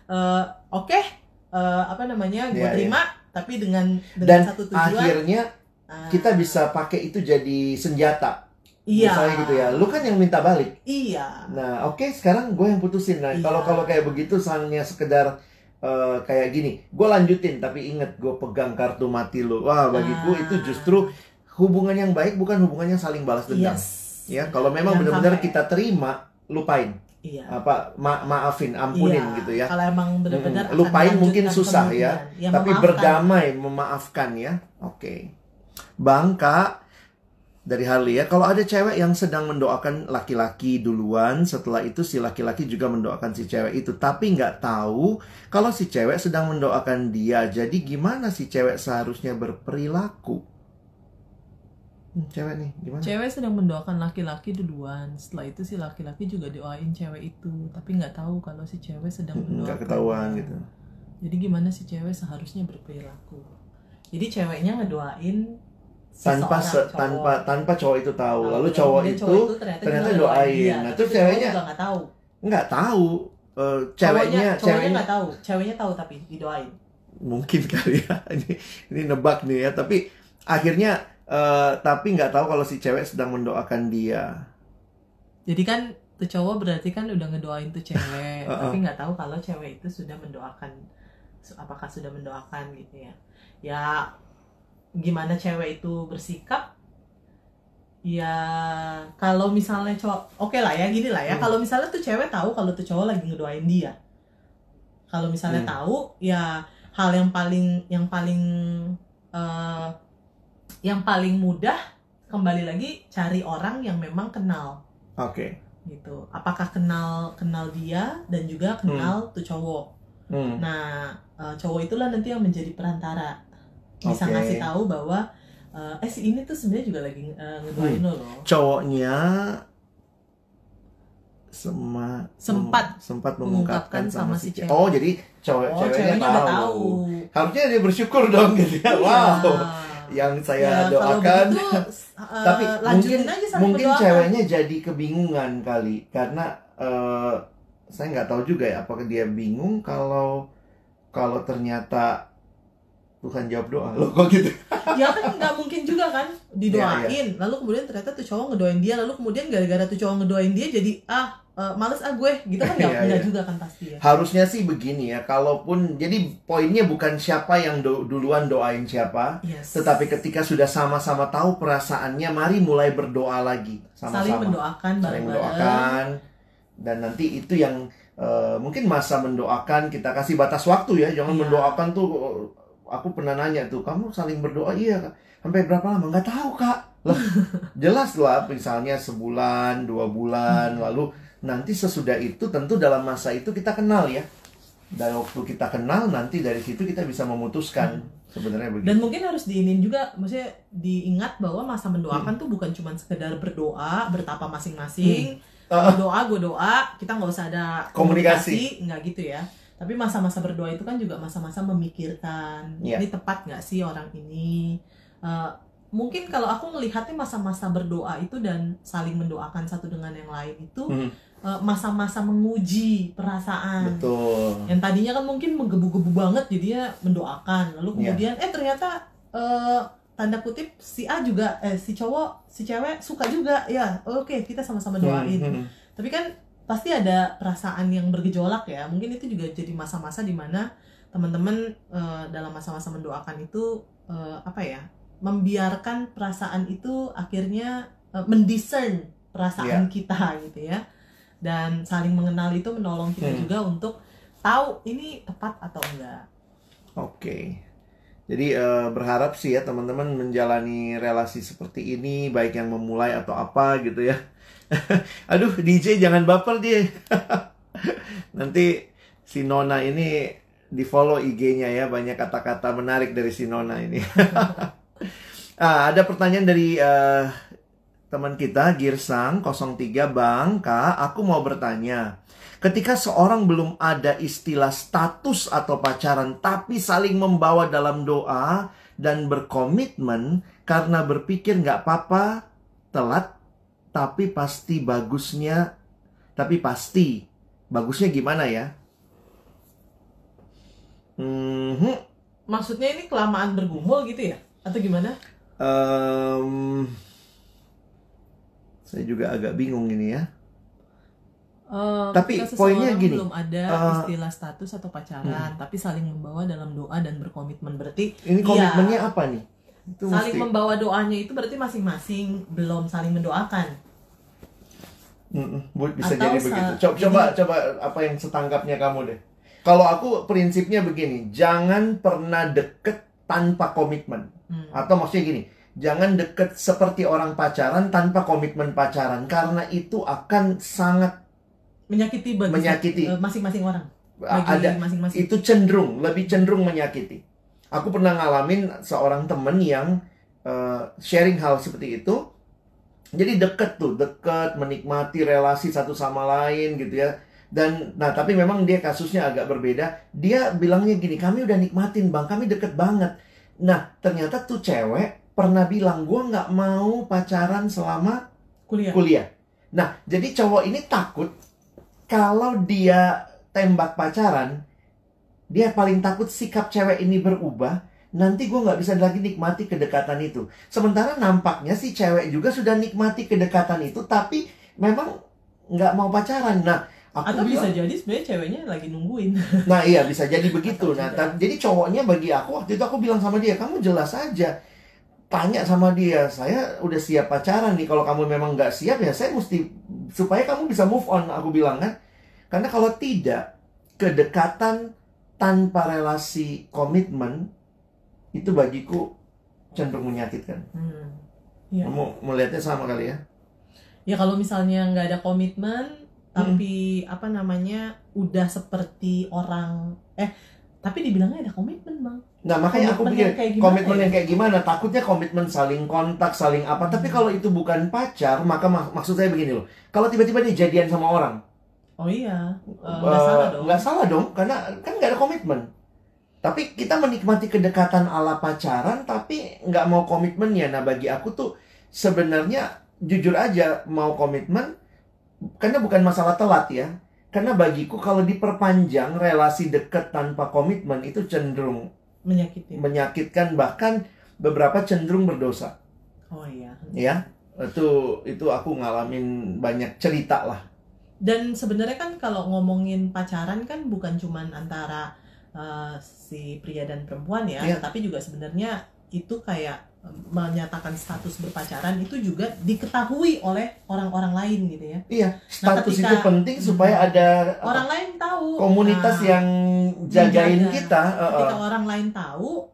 gue terima tapi dengan satu tujuan. Akhirnya kita bisa pakai itu jadi senjata. Misalnya gitu ya. Lu kan yang minta balik. Iya. Nah, sekarang gue yang putusin. Nah, kalau kayak begitu hanya sekedar kayak gini, gue lanjutin tapi inget gue pegang kartu mati lu. Wah, bagiku itu justru hubungan yang baik, bukan hubungan yang saling balas dendam. Ya, kalau memang benar-benar kita terima, lupain. Maafin, ampunin gitu ya. Kalau emang benar-benar lupain mungkin susah ya, tapi berdamai, memaafkan ya. Bang, Kak, dari Harley ya, kalau ada cewek yang sedang mendoakan laki-laki duluan, setelah itu si laki-laki juga mendoakan si cewek itu, tapi nggak tahu kalau si cewek sedang mendoakan dia. Jadi gimana si cewek seharusnya berperilaku? Cewek nih, gimana? Cewek sedang mendoakan laki-laki duluan, setelah itu si laki-laki juga doain cewek itu, tapi nggak tahu kalau si cewek sedang mendoakan. Nggak ketahuan gitu. Jadi gimana si cewek seharusnya berperilaku? Jadi ceweknya ngedoain tanpa cowok itu tahu. Lalu cowok itu ternyata doain. Nah, terus ceweknya nggak tahu. Ceweknya nggak tahu. Ceweknya tahu tapi didoain. Mungkin kali ya. Ini nebak nih ya. Tapi akhirnya tapi nggak tahu kalau si cewek sedang mendoakan dia. Jadi kan tuh cowok berarti kan udah ngedoain tuh cewek, tapi nggak tahu kalau cewek itu sudah mendoakan, apakah sudah mendoakan gitu ya. Ya gimana cewek itu bersikap? Ya kalau misalnya cowok, lah ya gini lah ya. Kalau misalnya tuh cewek tahu kalau tuh cowok lagi ngedoain dia. Kalau misalnya tahu, ya hal yang paling mudah kembali lagi cari orang yang memang kenal. Gitu. Apakah kenal dia dan juga kenal tuh cowok. Nah, cowok itulah nanti yang menjadi perantara. Bisa ngasih tahu bahwa si ini tuh sebenarnya juga lagi ngedoain lo loh. Cowoknya sempat mengungkapkan sama si cewek. Oh, jadi ceweknya tahu. Harusnya dia bersyukur dong gitu ya. Wow. Yang saya doakan. Begitu, tapi mungkin ceweknya jadi kebingungan kali karena saya nggak tahu juga ya apakah dia bingung kalau ternyata Tuhan jawab doa. Loh kok gitu? Ya kan nggak mungkin juga kan didoain. Lalu kemudian ternyata tuh cowok ngedoain dia, lalu kemudian gara-gara tuh cowok ngedoain dia jadi males gue gitu kan nggak juga kan pasti ya. Harusnya sih begini ya, kalaupun jadi poinnya bukan siapa yang duluan doain siapa, tetapi ketika sudah sama-sama tahu perasaannya, mari mulai berdoa lagi sama-sama. Saling mendoakan dan nanti itu yang mungkin masa mendoakan kita kasih batas waktu ya, jangan mendoakan tuh. Aku pernah nanya tuh, kamu saling berdoa iya Kak? Sampai berapa lama? Nggak tahu Kak. Lah, jelas lah misalnya sebulan, 2 bulan, lalu nanti sesudah itu tentu dalam masa itu kita kenal ya. Dan waktu kita kenal nanti dari situ kita bisa memutuskan sebenarnya begitu. Dan mungkin harus diinin juga, maksudnya diingat bahwa masa mendoakan tuh bukan cuma sekedar berdoa, bertapa masing-masing. Gue doa, kita nggak usah ada komunikasi, nggak gitu ya. Tapi masa-masa berdoa itu kan juga masa-masa memikirkan, ini tepat nggak sih orang ini. Mungkin kalau aku melihatnya masa-masa berdoa itu dan saling mendoakan satu dengan yang lain itu masa-masa menguji perasaan. Betul. Yang tadinya kan mungkin menggebu-gebu banget jadinya mendoakan, lalu kemudian ternyata tanda kutip si A juga si cowok si cewek suka juga ya, oke kita sama-sama doain. Tapi kan pasti ada perasaan yang bergejolak ya. Mungkin itu juga jadi masa-masa dimana teman-teman dalam masa-masa mendoakan itu membiarkan perasaan itu akhirnya mendiscern perasaan kita gitu ya. Dan saling mengenal itu menolong kita juga untuk tahu ini tepat atau enggak. Oke. Jadi berharap sih ya teman-teman menjalani relasi seperti ini, baik yang memulai atau apa gitu ya. Aduh, DJ jangan baper dia. Nanti si Nona ini di-follow IG-nya ya, banyak kata-kata menarik dari si Nona ini. Ada pertanyaan dari teman kita Girsang 03, Bang, Kak, aku mau bertanya. Ketika seorang belum ada istilah status atau pacaran, tapi saling membawa dalam doa dan berkomitmen karena berpikir nggak apa-apa telat, tapi pasti bagusnya gimana ya? Maksudnya ini kelamaan bergumul gitu ya? Atau gimana? Saya juga agak bingung ini ya. Tapi poinnya gini, belum ada istilah status atau pacaran, tapi saling membawa dalam doa dan berkomitmen, berarti ini komitmennya apa nih? Itu saling membawa doanya itu berarti masing-masing belum saling mendoakan. Bisa atau jadi begitu. Coba apa yang setangkapnya kamu deh. Kalau aku prinsipnya begini, jangan pernah deket tanpa komitmen. Atau maksudnya gini, jangan deket seperti orang pacaran tanpa komitmen pacaran, karena itu akan sangat menyakiti masing-masing orang. Masing-masing. Itu lebih cenderung menyakiti. Aku pernah ngalamin seorang temen yang sharing hal seperti itu. Jadi deket, menikmati relasi satu sama lain gitu ya. Tapi memang dia kasusnya agak berbeda. Dia bilangnya gini, kami udah nikmatin bang, kami deket banget. Nah, ternyata tuh cewek pernah bilang, gue gak mau pacaran selama kuliah. Nah, jadi cowok ini takut kalau dia tembak pacaran, dia paling takut sikap cewek ini berubah. Nanti gue gak bisa lagi nikmati kedekatan itu. Sementara nampaknya si cewek juga sudah nikmati kedekatan itu, tapi memang gak mau pacaran. Nah, atau bisa jadi sebenarnya ceweknya lagi nungguin. Nah iya, bisa jadi begitu. Nah, jadi cowoknya bagi aku, waktu itu aku bilang sama dia, kamu jelas aja tanya sama dia, saya udah siap pacaran nih. Kalau kamu memang gak siap ya saya mesti, supaya kamu bisa move on, aku bilang kan. Karena kalau tidak, kedekatan tanpa relasi komitmen itu bagiku cenderung menyakitkan. Ya. Kamu melihatnya sama kali ya? Ya kalau misalnya nggak ada komitmen, tapi udah seperti orang, tapi dibilangnya ada komitmen bang. Nah makanya aku pikir komitmen yang kayak gimana? Takutnya komitmen saling kontak, saling apa. Tapi kalau itu bukan pacar, maka maksud saya begini loh. Kalau tiba-tiba dia jadian sama orang, oh iya, nggak salah dong. Nggak salah dong, karena kan nggak ada komitmen. Tapi kita menikmati kedekatan ala pacaran, tapi nggak mau komitmennya. Nah bagi aku tuh sebenarnya jujur aja mau komitmen, karena bukan masalah telat ya. Karena bagiku kalau diperpanjang relasi dekat tanpa komitmen itu cenderung menyakitkan, bahkan beberapa cenderung berdosa. Oh iya. Ya, itu aku ngalamin banyak cerita lah. Dan sebenarnya kan kalau ngomongin pacaran kan bukan cuman antara si pria dan perempuan ya, tapi juga sebenarnya itu kayak menyatakan status berpacaran itu juga diketahui oleh orang-orang lain gitu ya. Iya, status itu penting supaya ada orang lain tahu, komunitas yang jagain kita. Ketika orang lain tahu,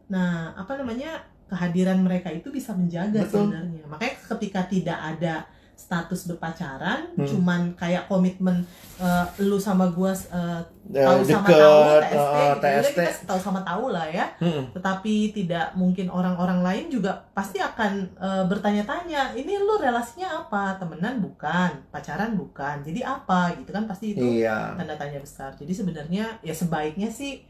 kehadiran mereka itu bisa menjaga. Betul. Sebenarnya. Makanya ketika tidak ada status berpacaran, cuman kayak komitmen lu sama gua tahu sama tahu, TST, kita tahu sama tahu lah ya. Tetapi tidak mungkin orang-orang lain juga pasti akan bertanya-tanya, ini lu relasinya apa? Temenan bukan, pacaran bukan, jadi apa gitu kan, pasti itu tanda tanya besar. Jadi sebenarnya ya sebaiknya sih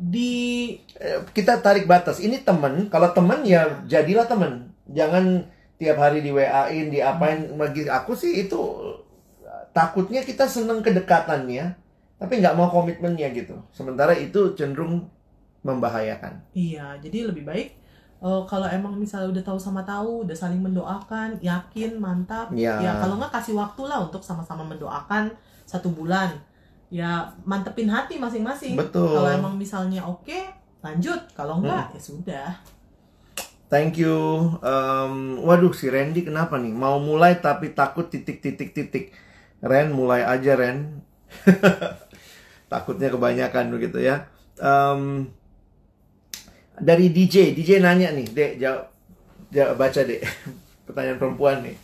kita tarik batas. Ini temen, kalau temen ya jadilah temen, jangan tiap hari di WA-in, diapain. Bagi aku sih itu takutnya kita seneng kedekatannya, tapi nggak mau komitmennya gitu. Sementara itu cenderung membahayakan. Iya, jadi lebih baik kalau emang misalnya udah tahu sama tahu, udah saling mendoakan, yakin, mantap. Ya kalau nggak kasih waktu lah untuk sama-sama mendoakan 1 bulan. Ya mantepin hati masing-masing. Betul. Kalau emang misalnya oke, lanjut. Kalau enggak, ya sudah. Thank you. Waduh, si Randy kenapa nih? Mau mulai tapi takut titik. Ren, mulai aja Ren. Takutnya kebanyakan begitu ya. Dari DJ nanya nih, Dek, jawab baca Dek. Pertanyaan perempuan nih.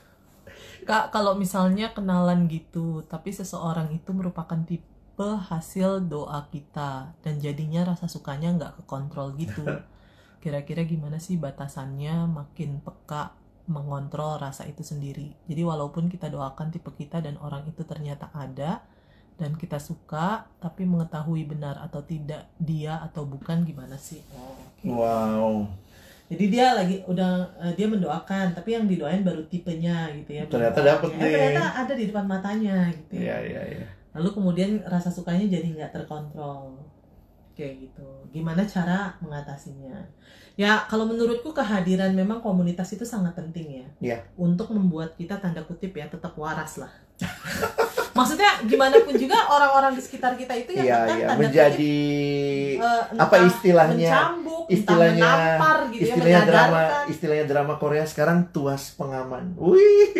Kak, kalau misalnya kenalan gitu, tapi seseorang itu merupakan tipe hasil doa kita, dan jadinya rasa sukanya nggak kekontrol gitu. Kira-kira gimana sih batasannya makin peka mengontrol rasa itu sendiri? Jadi walaupun kita doakan tipe kita dan orang itu ternyata ada, dan kita suka, tapi mengetahui benar atau tidak dia atau bukan, gimana sih? Okay. Wow. Jadi dia dia mendoakan, tapi yang didoain baru tipenya gitu ya. Ternyata dapet nih. Ternyata ada di depan matanya gitu. Iya. Lalu kemudian rasa sukanya jadi nggak terkontrol. Kayak gitu. Gimana cara mengatasinya? Ya kalau menurutku kehadiran memang komunitas itu sangat penting ya. Iya. Untuk membuat kita tanda kutip ya tetap waras lah. Maksudnya gimana pun juga orang-orang di sekitar kita itu yang akan tanda menjadi kutip, apa istilahnya? Mencambuk, menampar gitu istilahnya drama Korea sekarang tuas pengaman. Wih,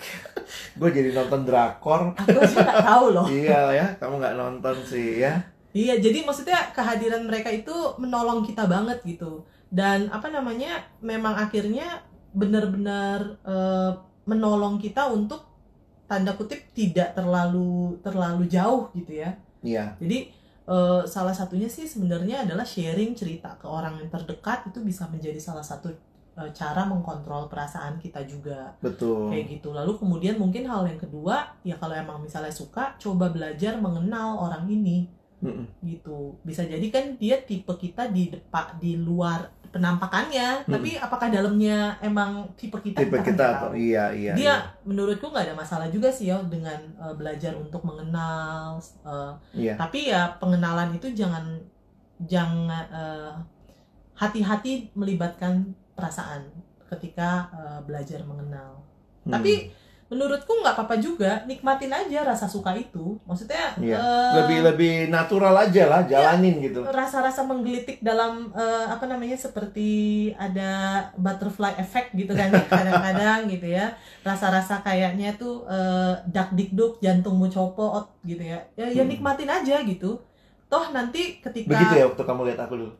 gue jadi nonton drakor. Aku sih nggak tahu loh. Iya ya, kamu nggak nonton sih ya? Iya, jadi maksudnya kehadiran mereka itu menolong kita banget gitu. Dan memang akhirnya benar-benar menolong kita untuk tanda kutip tidak terlalu jauh gitu ya. Iya. Jadi salah satunya sih sebenarnya adalah sharing cerita ke orang yang terdekat, itu bisa menjadi salah satu cara mengkontrol perasaan kita juga. Betul. Kayak gitu. Lalu kemudian mungkin hal yang kedua, ya kalau emang misalnya suka, coba belajar mengenal orang ini. Gitu. Bisa jadi kan dia tipe kita di luar penampakannya, tapi apakah dalamnya emang tipe kita atau iya. Dia menurutku nggak ada masalah juga sih ya dengan belajar untuk mengenal, tapi ya pengenalan itu jangan hati-hati melibatkan perasaan ketika belajar mengenal. Tapi menurutku nggak apa-apa juga, nikmatin aja rasa suka itu. Maksudnya lebih natural aja lah, jalanin gitu. Rasa-rasa menggelitik dalam seperti ada butterfly effect gitu kan kadang-kadang gitu ya. Rasa-rasa kayaknya tuh dak dikduk, jantungmu copot gitu ya. Ya nikmatin aja gitu. Toh nanti ketika begitu ya waktu kamu lihat aku dulu.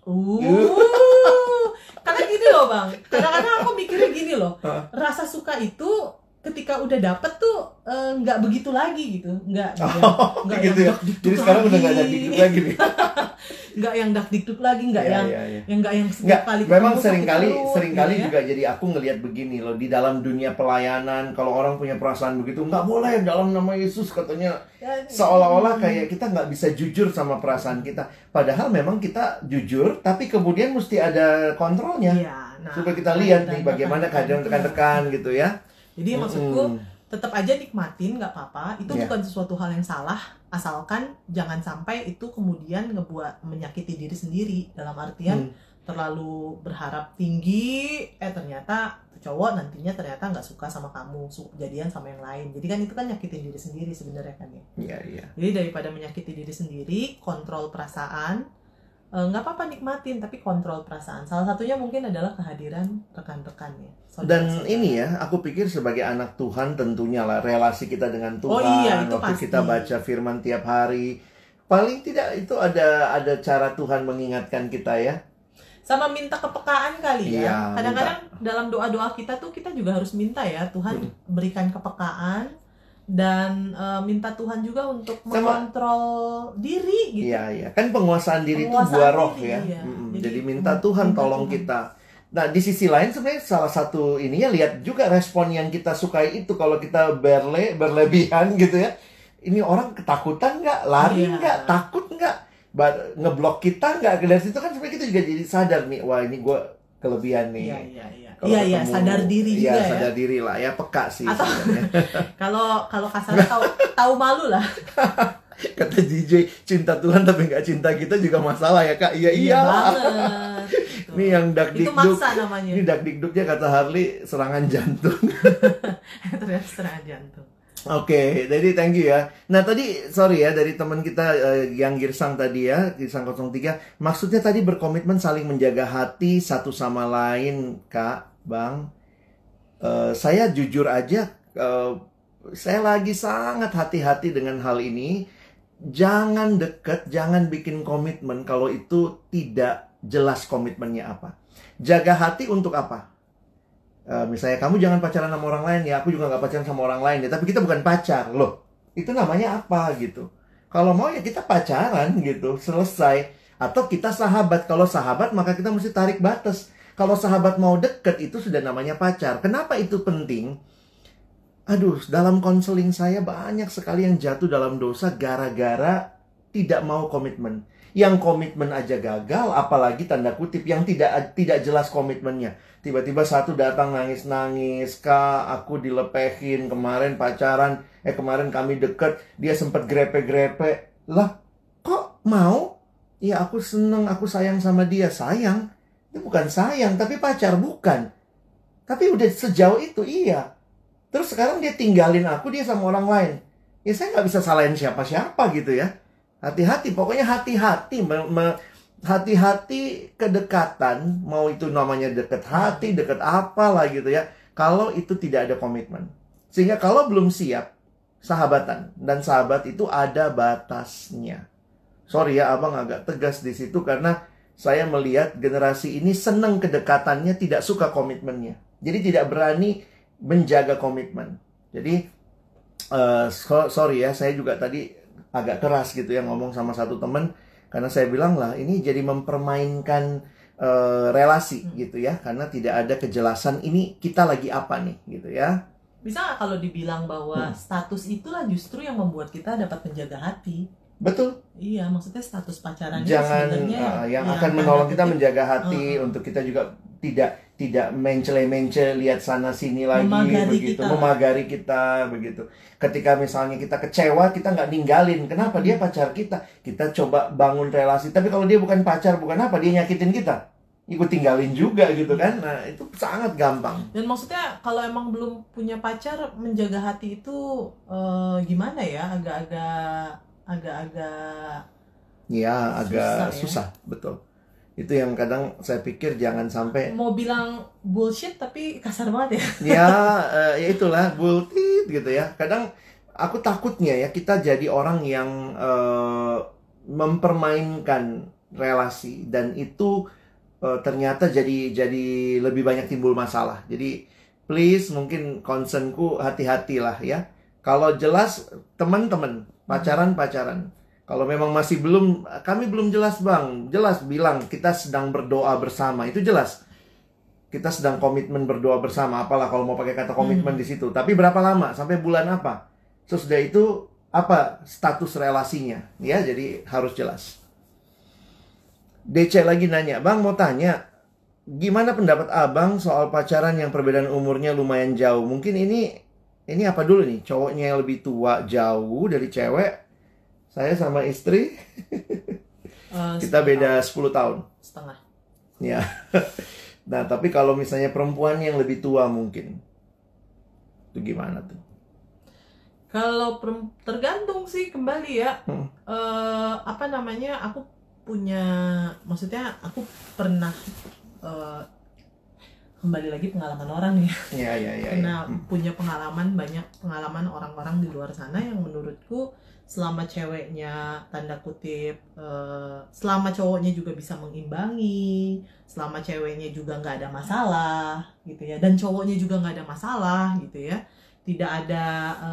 Karena gini loh Bang, kadang-kadang aku mikirnya gini loh, rasa suka itu ketika udah dapet tuh nggak begitu lagi gitu, nggak gitu ya. Jadi sekarang udah nggak dak-dikduk lagi nih. Nggak yang dak-dikduk lagi, nggak yang setiap kali memang seringkali gitu juga jadi aku ngelihat begini loh, di dalam dunia pelayanan kalau orang punya perasaan begitu nggak boleh, dalam nama Yesus katanya seolah-olah kayak kita nggak bisa jujur sama perasaan kita, padahal memang kita jujur tapi kemudian mesti ada kontrolnya supaya kita lihat nih bagaimana kehadiran rekan-rekan gitu ya. Jadi maksudku tetap aja nikmatin, nggak apa-apa. Itu bukan sesuatu hal yang salah, asalkan jangan sampai itu kemudian menyakiti diri sendiri. Dalam artian terlalu berharap tinggi, ternyata cowok nantinya ternyata nggak suka sama kamu, jadian sama yang lain. Jadi kan itu kan nyakitin diri sendiri sebenarnya kan ya. Iya. Jadi daripada menyakiti diri sendiri, kontrol perasaan. Nggak apa-apa nikmatin, tapi kontrol perasaan. Salah satunya mungkin adalah kehadiran rekan-rekannya. Dan ini ya, aku pikir sebagai anak Tuhan tentunya lah relasi kita dengan Tuhan. Itu waktu pasti. kita baca firman tiap hari, paling tidak itu ada cara Tuhan mengingatkan kita ya. Sama minta kepekaan kali ya. Iya, Kadang-kadang dalam doa-doa kita tuh kita juga harus minta ya, Tuhan berikan kepekaan. Dan minta Tuhan juga untuk mengontrol diri gitu. Iya. Kan penguasaan diri itu buah roh ya. Jadi minta Tuhan tolong kita. Nah, di sisi lain sebenarnya salah satu ininya lihat juga respon yang kita sukai itu. Kalau kita berlebihan gitu ya. Ini orang ketakutan nggak? Lari nggak? Takut nggak? Ngeblok kita nggak? Dari situ kan sebenarnya kita juga jadi sadar nih. Wah, ini gue kelebihan nih. Iya, sadar diri juga ya. Sadar diri lah ya, peka sih. Atau kalau kasarnya tahu malu lah. Kata DJ, cinta Tuhan tapi nggak cinta kita juga masalah ya kak. Iya banget. Ini yang Itu dakdikduk. maksa namanya. Ini dakdikduknya kata Harley serangan jantung. Ternyata serangan jantung. Oke, jadi thank you ya. Nah tadi, sorry ya, dari teman kita yang Girsang tadi ya, Girsang 03, maksudnya tadi berkomitmen saling menjaga hati satu sama lain, Kak, Bang. Saya jujur aja, saya lagi sangat hati-hati dengan hal ini. Jangan deket, jangan bikin komitmen kalau itu tidak jelas komitmennya apa. Jaga hati untuk apa? Misalnya kamu jangan pacaran sama orang lain ya, aku juga nggak pacaran sama orang lain ya, tapi kita bukan pacar loh. Itu namanya apa gitu? Kalau mau ya kita pacaran gitu, selesai. Atau kita sahabat. Kalau sahabat maka kita mesti tarik batas. Kalau sahabat mau deket itu sudah namanya pacar. Kenapa itu penting? Aduh, dalam konseling saya banyak sekali yang jatuh dalam dosa gara-gara tidak mau komitmen. Yang komitmen aja gagal, apalagi tanda kutip yang tidak jelas komitmennya. Tiba-tiba satu datang nangis-nangis, Kak, aku dilepehin kemarin pacaran, kemarin kami deket, dia sempat grepe-grepe. Lah, kok mau? Ya aku seneng, aku sayang sama dia. Sayang? Itu bukan sayang, tapi pacar bukan. Tapi udah sejauh itu, iya. Terus sekarang dia tinggalin aku, dia sama orang lain. Ya saya nggak bisa salahin siapa-siapa gitu ya. Hati-hati, pokoknya hati-hati. Hati-hati kedekatan, mau itu namanya deket hati, deket apalah gitu ya. Kalau itu tidak ada komitmen. Sehingga kalau belum siap, sahabatan. Dan sahabat itu ada batasnya. Sorry ya, abang agak tegas di situ karena saya melihat generasi ini senang kedekatannya, tidak suka komitmennya. Jadi tidak berani menjaga komitmen. Jadi, sorry ya, saya juga tadi agak keras gitu ya ngomong sama satu teman. Karena saya bilang lah, ini jadi mempermainkan relasi gitu ya. Karena tidak ada kejelasan ini kita lagi apa nih gitu ya. Bisa nggak kalau dibilang bahwa status itulah justru yang membuat kita dapat menjaga hati? Betul. Iya, maksudnya status pacaran Jangan sebenarnya yang akan menolong kita menjaga hati untuk kita juga tidak mencele-mencele lihat sana sini lagi memagari kita begitu. Ketika misalnya kita kecewa, kita nggak ninggalin. Kenapa? Dia pacar kita. Kita coba bangun relasi. Tapi kalau dia bukan pacar, bukan apa, dia nyakitin kita, ikut tinggalin juga gitu kan. Nah, itu sangat gampang. Dan maksudnya kalau emang belum punya pacar, menjaga hati itu gimana ya? Agak susah, betul. Itu yang kadang saya pikir jangan sampai mau bilang bullshit tapi kasar banget ya. Ya itulah bullshit gitu ya. Kadang aku takutnya ya kita jadi orang yang mempermainkan relasi dan itu ternyata jadi lebih banyak timbul masalah. Jadi please, mungkin concernku hati-hatilah ya. Kalau jelas teman-teman pacaran. Kalau memang masih belum, kami belum jelas bang, jelas bilang kita sedang berdoa bersama, itu jelas. Kita sedang komitmen berdoa bersama, apalah kalau mau pakai kata komitmen di situ. Tapi berapa lama? Sampai bulan apa? Sesudah itu apa status relasinya? Ya, jadi harus jelas. DC lagi nanya, bang mau tanya, gimana pendapat abang soal pacaran yang perbedaan umurnya lumayan jauh? Mungkin ini apa dulu nih? Cowoknya yang lebih tua jauh dari cewek. Saya sama istri kita beda 10 tahun. Setengah. Ya. Nah, tapi kalau misalnya perempuan yang lebih tua mungkin. Itu gimana tuh? Kalau tergantung sih kembali ya. Aku punya, maksudnya aku pernah kembali lagi pengalaman orang ya. Iya. Punya banyak pengalaman orang-orang di luar sana yang menurutku selama ceweknya tanda kutip, selama cowoknya juga bisa mengimbangi, selama ceweknya juga nggak ada masalah gitu ya, dan cowoknya juga nggak ada masalah gitu ya, tidak ada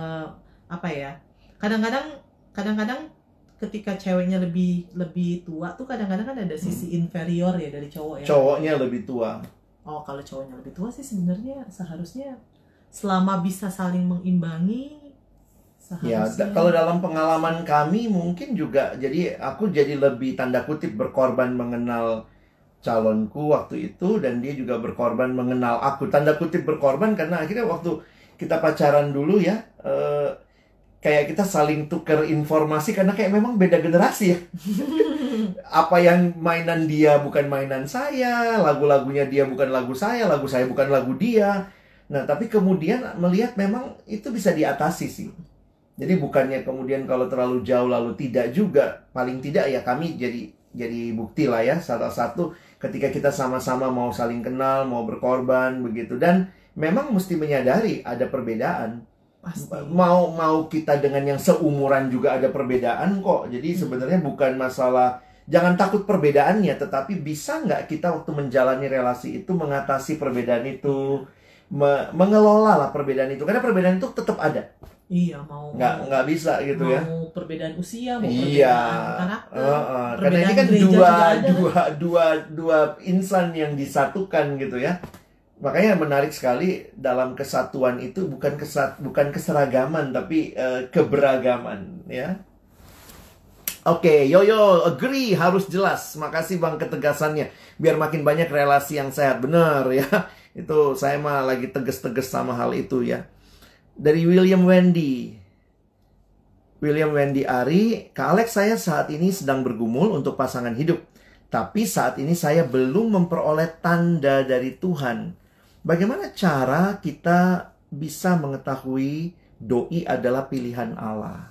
kadang-kadang ketika ceweknya lebih tua tuh kadang-kadang kan ada sisi inferior ya dari cowok ya. Cowoknya lebih tua. Oh, kalau cowoknya lebih tua sih sebenarnya seharusnya selama bisa saling mengimbangi. Ya, kalau dalam pengalaman kami mungkin juga, jadi aku jadi lebih tanda kutip berkorban mengenal calonku waktu itu, dan dia juga berkorban mengenal aku. Tanda kutip berkorban karena akhirnya waktu kita pacaran dulu ya, kayak kita saling tuker informasi karena kayak memang beda generasi ya. Apa yang mainan dia bukan mainan saya, lagu-lagunya dia bukan lagu saya bukan lagu dia. Nah, tapi kemudian melihat memang itu bisa diatasi sih. Jadi bukannya kemudian kalau terlalu jauh lalu tidak juga. Paling tidak ya kami jadi bukti lah ya. Salah satu ketika kita sama-sama mau saling kenal, mau berkorban begitu. Dan memang mesti menyadari ada perbedaan. Pasti. Mau kita dengan yang seumuran juga ada perbedaan kok. Jadi sebenarnya bukan masalah, jangan takut perbedaannya, tetapi bisa nggak kita waktu menjalani relasi itu mengatasi perbedaan itu, mengelola lah perbedaan itu, karena perbedaan itu tetap ada. Iya, nggak bisa gitu mau ya. Mau perbedaan usia, mau Iya. perbedaan karakter. Karena ini kan dua insan yang disatukan gitu ya. Makanya menarik sekali dalam kesatuan itu bukan keseragaman tapi keberagaman ya. Oke, Yoyo agree, harus jelas. Makasih Bang ketegasannya. Biar makin banyak relasi yang sehat, bener ya. Itu saya mah lagi tegas-tegas sama hal itu ya. Dari William Wendy Ari, Kak Alex, saya saat ini sedang bergumul untuk pasangan hidup. Tapi saat ini saya belum memperoleh tanda dari Tuhan. Bagaimana cara kita bisa mengetahui doi adalah pilihan Allah?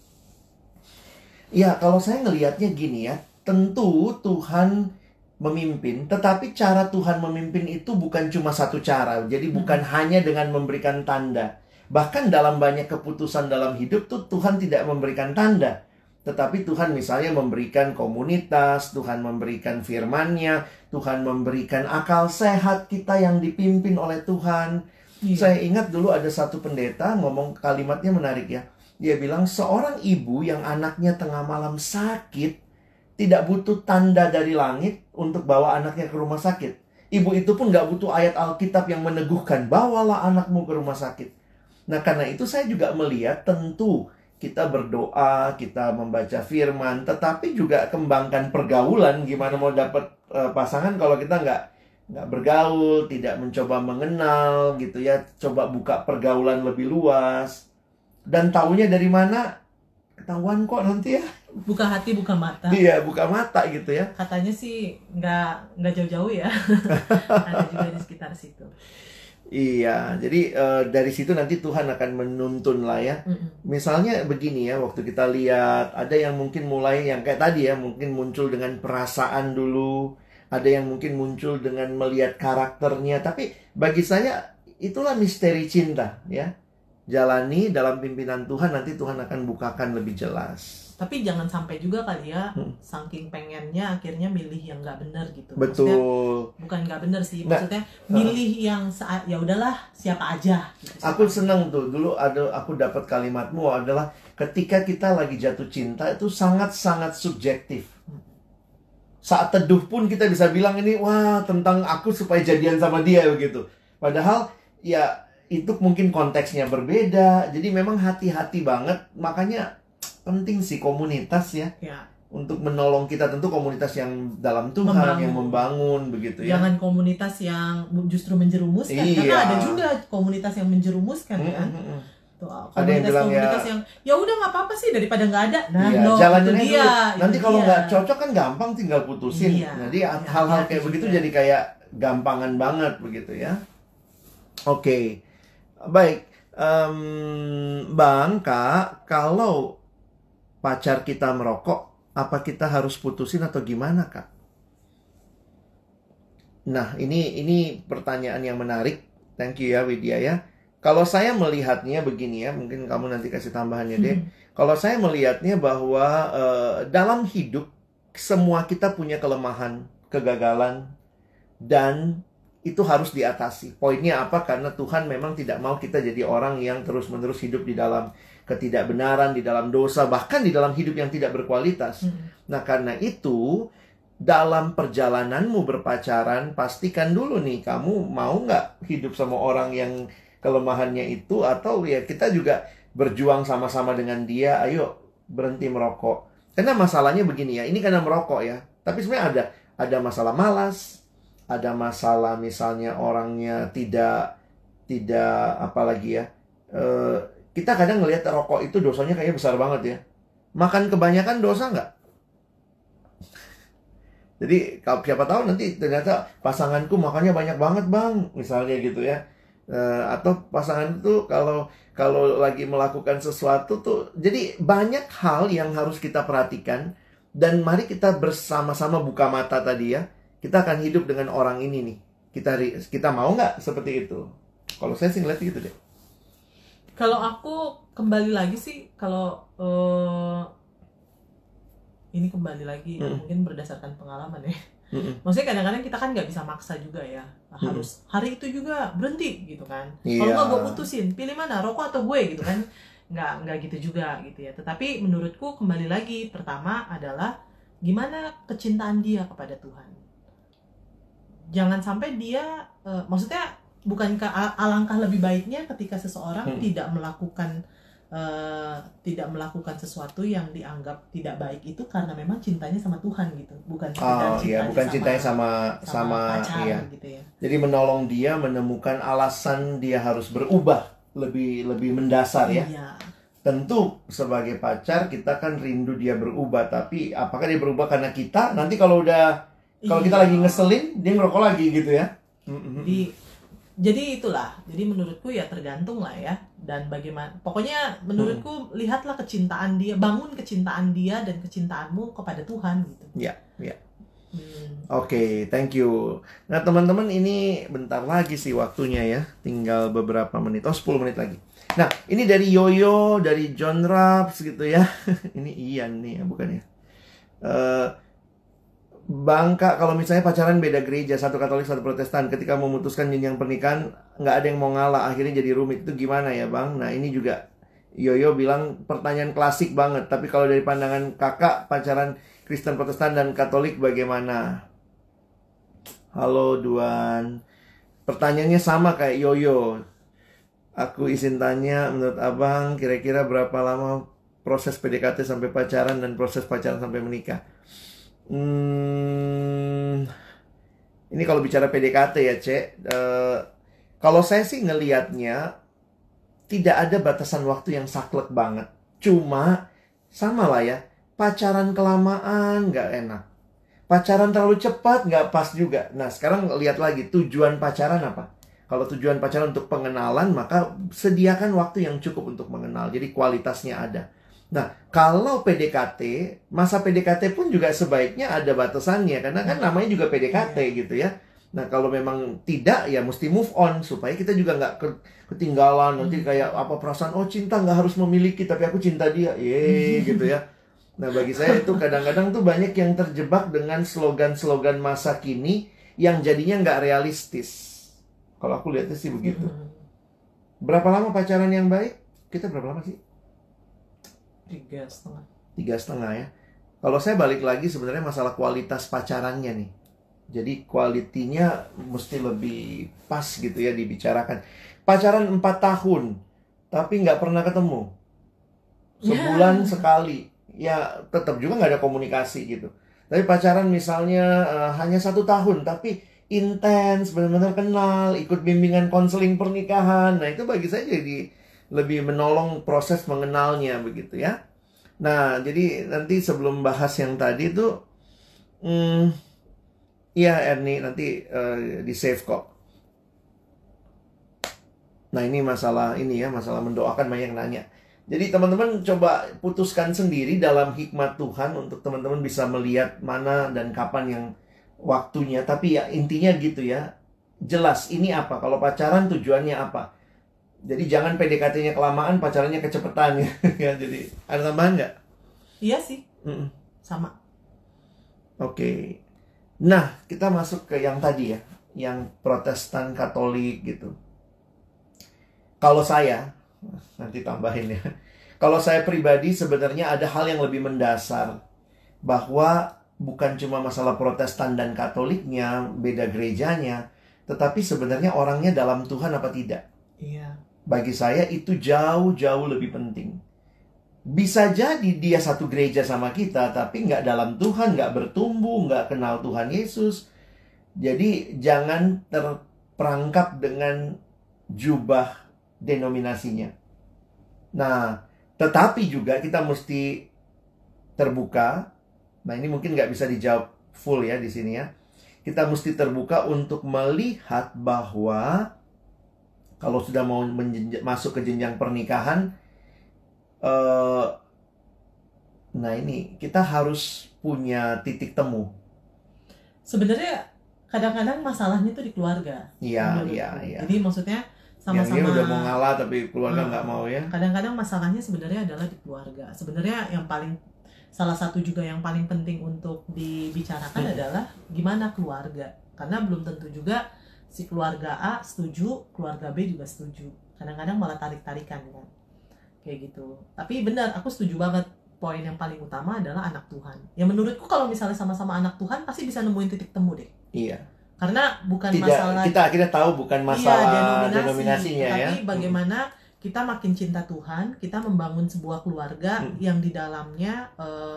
Ya, kalau saya ngelihatnya gini ya, tentu Tuhan memimpin, tetapi cara Tuhan memimpin itu bukan cuma satu cara. Jadi bukan hanya dengan memberikan tanda. Bahkan dalam banyak keputusan dalam hidup tuh Tuhan tidak memberikan tanda. Tetapi Tuhan misalnya memberikan komunitas, Tuhan memberikan firman-Nya, Tuhan memberikan akal sehat kita yang dipimpin oleh Tuhan. Saya ingat dulu ada satu pendeta ngomong, kalimatnya menarik ya. Dia bilang seorang ibu yang anaknya tengah malam sakit tidak butuh tanda dari langit untuk bawa anaknya ke rumah sakit. Ibu itu pun gak butuh ayat Alkitab yang meneguhkan, bawalah anakmu ke rumah sakit. Nah, karena itu saya juga melihat tentu kita berdoa, kita membaca firman, tetapi juga kembangkan pergaulan. Gimana mau dapat pasangan kalau kita nggak bergaul, tidak mencoba mengenal gitu ya. Coba buka pergaulan lebih luas. Dan taunya dari mana? Ketahuan kok nanti ya. Buka hati, buka mata. Iya, buka mata gitu ya. Katanya sih nggak jauh-jauh ya. Ada juga di sekitar situ. Iya, jadi dari situ nanti Tuhan akan menuntun lah ya. Misalnya begini ya, waktu kita lihat ada yang mungkin mulai yang kayak tadi ya, mungkin muncul dengan perasaan dulu, ada yang mungkin muncul dengan melihat karakternya. Tapi bagi saya itulah misteri cinta ya. Jalani dalam pimpinan Tuhan, nanti Tuhan akan bukakan lebih jelas. Tapi jangan sampai juga kali ya, saking pengennya akhirnya milih yang nggak benar gitu. Betul. Maksudnya, bukan nggak benar sih, maksudnya milih yang ya udahlah siapa aja. Gitu, aku senang tuh dulu aku dapat kalimatmu adalah ketika kita lagi jatuh cinta itu sangat-sangat subjektif. Saat teduh pun kita bisa bilang ini wah tentang aku supaya jadian sama dia begitu. Padahal ya itu mungkin konteksnya berbeda. Jadi memang hati-hati banget. Makanya penting sih komunitas ya. Untuk menolong kita, tentu komunitas yang dalam Tuhan, yang membangun begitu ya. Jangan komunitas yang justru menjerumuskan. Iya. Karena ada juga komunitas yang menjerumuskan kan. Tuh, ada yang bilang ya udah nggak apa-apa sih daripada nggak ada. Nah, iya, jalannya dia. Nanti kalau nggak cocok kan gampang tinggal putusin. Iya. Jadi hal-hal kayak begitu jadi kayak gampangan banget begitu ya. Oke. Baik, Bang, Kak, kalau pacar kita merokok, apa kita harus putusin atau gimana, Kak? Nah, ini pertanyaan yang menarik. Thank you ya, Widya ya. Kalau saya melihatnya begini ya, mungkin kamu nanti kasih tambahannya deh. Kalau saya melihatnya bahwa dalam hidup, semua kita punya kelemahan, kegagalan, dan itu harus diatasi. Poinnya apa? Karena Tuhan memang tidak mau kita jadi orang yang terus-menerus hidup di dalam ketidakbenaran, di dalam dosa, bahkan di dalam hidup yang tidak berkualitas. Nah, karena itu, dalam perjalananmu berpacaran, pastikan dulu nih, kamu mau nggak hidup sama orang yang kelemahannya itu, atau ya kita juga berjuang sama-sama dengan dia, ayo berhenti merokok. Karena masalahnya begini ya, ini karena merokok ya, tapi sebenarnya ada masalah malas, ada masalah misalnya orangnya tidak apalagi ya, kita kadang ngelihat rokok itu dosanya kayaknya besar banget ya. Makan kebanyakan dosa nggak? Jadi kalau siapa tahu nanti ternyata pasanganku makannya banyak banget bang, misalnya gitu ya. Atau pasangan itu kalau lagi melakukan sesuatu tuh, jadi banyak hal yang harus kita perhatikan. Dan mari kita bersama-sama buka mata tadi ya. Kita akan hidup dengan orang ini nih. Kita mau nggak seperti itu? Kalau saya sih ngeliat gitu deh. Kalau aku kembali lagi sih, kalau ini kembali lagi mungkin berdasarkan pengalaman ya. Maksudnya kadang-kadang kita kan nggak bisa maksa juga ya, harus hari itu juga berhenti gitu kan. Kalau nggak gue putusin, pilih mana, rokok atau gue gitu kan. Nggak gitu juga gitu ya. Tetapi menurutku kembali lagi, pertama adalah gimana kecintaan dia kepada Tuhan. Jangan sampai dia, maksudnya bukankah alangkah lebih baiknya ketika seseorang tidak melakukan sesuatu yang dianggap tidak baik itu karena memang cintanya sama Tuhan gitu, bukan cintanya sama pacar, iya. gitu ya. Jadi menolong dia menemukan alasan dia harus berubah lebih mendasar ya. Iya. Tentu sebagai pacar kita kan rindu dia berubah, tapi apakah dia berubah karena kita? Nanti kalau kita lagi ngeselin dia ngerokok lagi gitu ya. Jadi itulah, jadi menurutku ya tergantung lah ya. Dan bagaimana, pokoknya menurutku lihatlah kecintaan dia, bangun kecintaan dia dan kecintaanmu kepada Tuhan gitu. Ya. Oke, thank you. Nah teman-teman, ini bentar lagi sih waktunya ya. Tinggal beberapa menit, 10 menit lagi. Nah ini dari Yoyo, dari John Raps gitu ya. Ini Ian nih, bukan ya. Bang Kak, kalau misalnya pacaran beda gereja, satu Katolik, satu Protestan, ketika memutuskan jenjang pernikahan, nggak ada yang mau ngalah, akhirnya jadi rumit. Itu gimana ya Bang? Nah ini juga Yoyo bilang pertanyaan klasik banget. Tapi kalau dari pandangan kakak, pacaran Kristen, Protestan, dan Katolik bagaimana? Halo Duan. Pertanyaannya sama kayak Yoyo. Aku izin tanya, menurut abang kira-kira berapa lama proses PDKT sampai pacaran dan proses pacaran sampai menikah? Ini kalau bicara PDKT ya Cek, kalau saya sih ngelihatnya tidak ada batasan waktu yang saklek banget. Cuma sama lah ya, pacaran kelamaan nggak enak, pacaran terlalu cepat nggak pas juga. Nah sekarang lihat lagi tujuan pacaran apa. Kalau tujuan pacaran untuk pengenalan, maka sediakan waktu yang cukup untuk mengenal, jadi kualitasnya ada. Nah, kalau PDKT, masa PDKT pun juga sebaiknya ada batasannya, karena kan namanya juga PDKT gitu ya. Nah, kalau memang tidak, ya mesti move on, supaya kita juga nggak ketinggalan, nanti kayak apa perasaan, oh cinta nggak harus memiliki, tapi aku cinta dia, gitu ya. Nah, bagi saya itu kadang-kadang tuh banyak yang terjebak dengan slogan-slogan masa kini, yang jadinya nggak realistis. Kalau aku lihatnya sih begitu. Berapa lama pacaran yang baik? Kita berapa lama sih? 3,5 ya. Kalau saya balik lagi sebenarnya masalah kualitas pacarannya nih. Jadi kualitinya mesti lebih pas gitu ya dibicarakan. Pacaran 4 tahun tapi nggak pernah ketemu, sebulan sekali, ya tetap juga nggak ada komunikasi gitu. Tapi pacaran misalnya hanya 1 tahun tapi intens, benar-benar kenal, ikut bimbingan konseling pernikahan. Nah itu bagi saya jadi lebih menolong proses mengenalnya begitu ya. Nah jadi nanti sebelum bahas yang tadi tuh ya Ernie nanti di save kok. Nah ini masalah mendoakan, banyak yang nanya. Jadi teman-teman coba putuskan sendiri dalam hikmat Tuhan untuk teman-teman bisa melihat mana dan kapan yang waktunya. Tapi ya intinya gitu ya, jelas ini apa, kalau pacaran tujuannya apa. Jadi jangan PDKT-nya kelamaan, pacarannya kecepetan ya. Jadi ada tambahan nggak? Iya sih, sama. Oke. Nah kita masuk ke yang tadi ya, yang Protestan Katolik gitu. Kalau saya, nanti tambahin ya. Kalau saya pribadi sebenarnya ada hal yang lebih mendasar, bahwa bukan cuma masalah Protestan dan Katoliknya, beda gerejanya, tetapi sebenarnya orangnya dalam Tuhan apa tidak. Iya. Bagi saya itu jauh-jauh lebih penting. Bisa jadi dia satu gereja sama kita, tapi nggak dalam Tuhan, nggak bertumbuh, nggak kenal Tuhan Yesus. Jadi jangan terperangkap dengan jubah denominasinya. Nah, tetapi juga kita mesti terbuka. Nah, ini mungkin nggak bisa dijawab full ya di sini ya. Kita mesti terbuka untuk melihat bahwa kalau sudah mau masuk ke jenjang pernikahan, nah ini kita harus punya titik temu. Sebenarnya kadang-kadang masalahnya tuh di keluarga. Iya. Jadi maksudnya Yang sama-sama ini udah mau ngalah tapi keluarga nggak mau ya. Kadang-kadang masalahnya sebenarnya adalah di keluarga. Sebenarnya salah satu juga yang paling penting untuk dibicarakan adalah gimana keluarga. Karena belum tentu juga si keluarga A setuju, keluarga B juga setuju. Kadang-kadang malah tarik-tarikan kan. Kayak gitu. Tapi benar, aku setuju banget. Poin yang paling utama adalah anak Tuhan. Ya menurutku kalau misalnya sama-sama anak Tuhan pasti bisa nemuin titik temu deh. Iya. Karena bukan Kita masalah akhirnya tahu bukan masalah denominasinya ya. Tapi bagaimana kita makin cinta Tuhan, kita membangun sebuah keluarga yang di dalamnya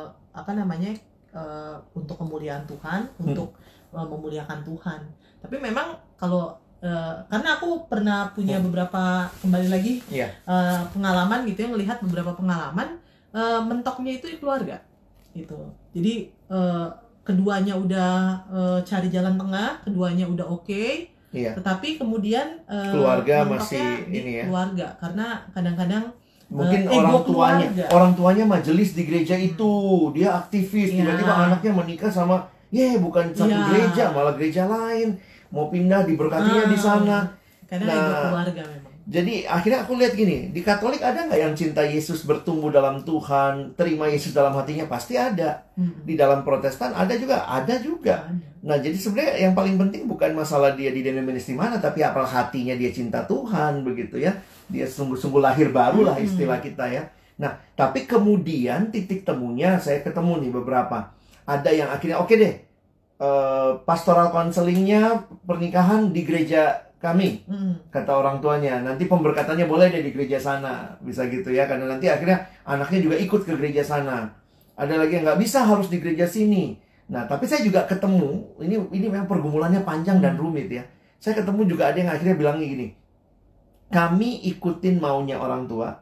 untuk kemuliaan Tuhan, untuk memuliakan Tuhan. Tapi memang kalau karena aku pernah punya beberapa pengalaman gitu ya, melihat beberapa pengalaman mentoknya itu di keluarga gitu. Jadi keduanya udah cari jalan tengah, keduanya udah oke. Iya. Tetapi kemudian keluarga masih di ini ya. Keluarga karena kadang-kadang mungkin orang tuanya majelis di gereja itu, dia aktivis, tiba-tiba anaknya menikah sama bukan satu gereja, malah gereja lain, mau pindah diberkatinya di sana. Kadang ego keluarga memang. Jadi akhirnya aku lihat gini, di Katolik ada nggak yang cinta Yesus, bertumbuh dalam Tuhan, terima Yesus dalam hatinya? Pasti ada. Di dalam Protestan ada juga. Nah, jadi sebenarnya yang paling penting bukan masalah dia di denominasi mana, tapi apa hatinya dia cinta Tuhan, begitu ya. Dia sungguh-sungguh lahir baru lah istilah kita ya. Nah, tapi kemudian titik temunya saya ketemu nih beberapa. Ada yang akhirnya oke deh, pastoral counselingnya pernikahan di gereja kami, kata orang tuanya. Nanti pemberkatannya boleh deh di gereja sana, bisa gitu ya. Karena nanti akhirnya anaknya juga ikut ke gereja sana. Ada lagi yang nggak bisa, harus di gereja sini. Nah, tapi saya juga ketemu, ini memang pergumulannya panjang dan rumit ya. Saya ketemu juga ada yang akhirnya bilang gini, kami ikutin maunya orang tua.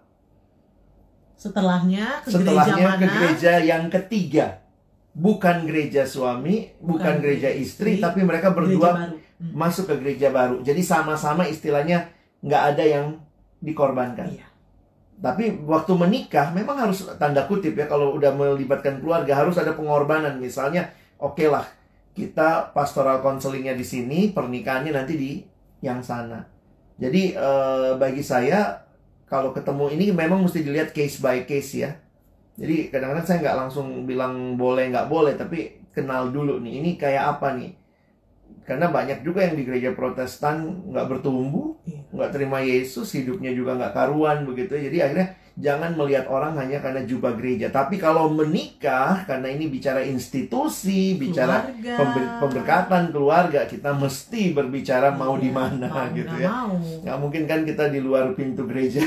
Setelahnya ke gereja yang ketiga. Bukan gereja suami, bukan gereja istri, tapi mereka berdua masuk ke gereja baru. Jadi sama-sama istilahnya nggak ada yang dikorbankan. Iya. Tapi waktu menikah memang harus tanda kutip ya, kalau udah melibatkan keluarga harus ada pengorbanan. Misalnya, oke lah, kita pastoral counselingnya di sini, pernikahannya nanti di yang sana. Jadi bagi saya kalau ketemu ini memang mesti dilihat case by case ya. Jadi kadang-kadang saya nggak langsung bilang boleh nggak boleh, tapi kenal dulu nih, ini kayak apa nih. Karena banyak juga yang di gereja Protestan nggak bertumbuh, nggak terima Yesus, hidupnya juga nggak karuan begitu. Jadi akhirnya jangan melihat orang hanya karena jubah gereja. Tapi kalau menikah, karena ini bicara institusi, bicara pemberkatan keluarga, kita mesti berbicara mau di mana gitu ya. Nggak mungkin kan kita di luar pintu gereja.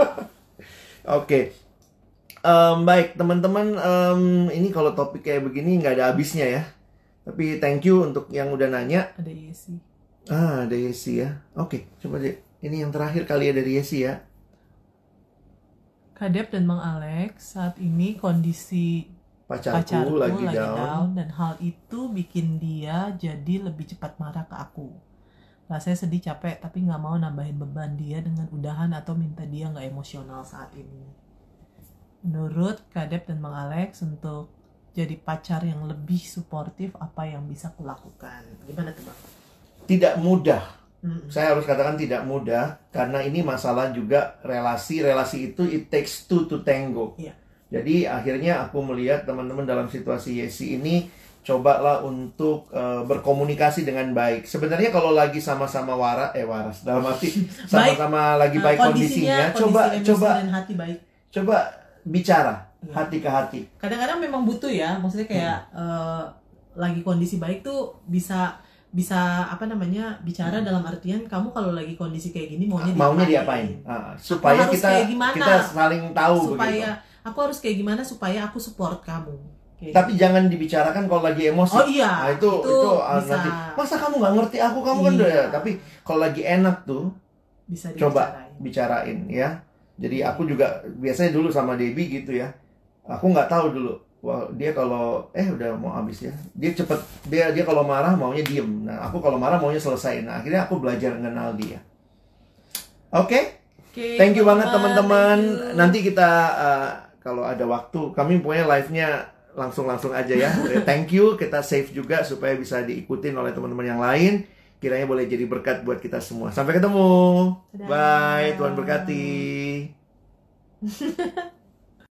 Oke. Baik teman-teman, ini kalau topik kayak begini nggak ada habisnya ya. Tapi thank you untuk yang udah nanya. Ada Yesi. Ada Yesi ya. Oke, coba deh. Ini yang terakhir kali ya dari Yesi ya. Kadep dan Bang Alex, saat ini kondisi pacarku lagi down dan hal itu bikin dia jadi lebih cepat marah ke aku. Rasanya sedih, capek, tapi nggak mau nambahin beban dia dengan udahan atau minta dia nggak emosional saat ini. Menurut Kadep dan Bang Alex, untuk jadi pacar yang lebih suportif, apa yang bisa kulakukan? Gimana tuh Bang? Tidak mudah. Saya harus katakan tidak mudah, karena ini masalah juga relasi itu it takes two to tango. Iya. Jadi akhirnya aku melihat teman-teman dalam situasi Yesi ini, cobalah untuk berkomunikasi dengan baik. Sebenarnya kalau lagi sama-sama waras dalam arti sama-sama lagi baik kondisinya, coba bicara hati ke hati. Kadang-kadang memang butuh ya, maksudnya kayak lagi kondisi baik tuh bisa bicara dalam artian kamu kalau lagi kondisi kayak gini maunya diapain? Supaya kita saling tahu supaya begitu. Aku harus kayak gimana supaya aku support kamu. Tapi jangan dibicarain kalau lagi emosi. Oh iya. Nah, itu bisa. Nanti masa kamu nggak ngerti aku, kamu kan udah. Tapi kalau lagi enak tuh bisa coba bicarain ya. Jadi aku juga biasanya dulu sama Debbie gitu ya. Aku nggak tahu dulu. Wah, dia kalau udah mau habis ya. Dia cepet, dia kalau marah maunya diem. Nah, aku kalau marah maunya selesai. Nah, akhirnya aku belajar mengenal dia. Oke. Thank you banget teman-teman. Nanti kita kalau ada waktu, kami pokoknya live-nya langsung aja ya. Thank you, kita save juga supaya bisa diikutin oleh teman-teman yang lain. Kiranya boleh jadi berkat buat kita semua. Sampai ketemu. Dadah. Bye, Tuhan berkati.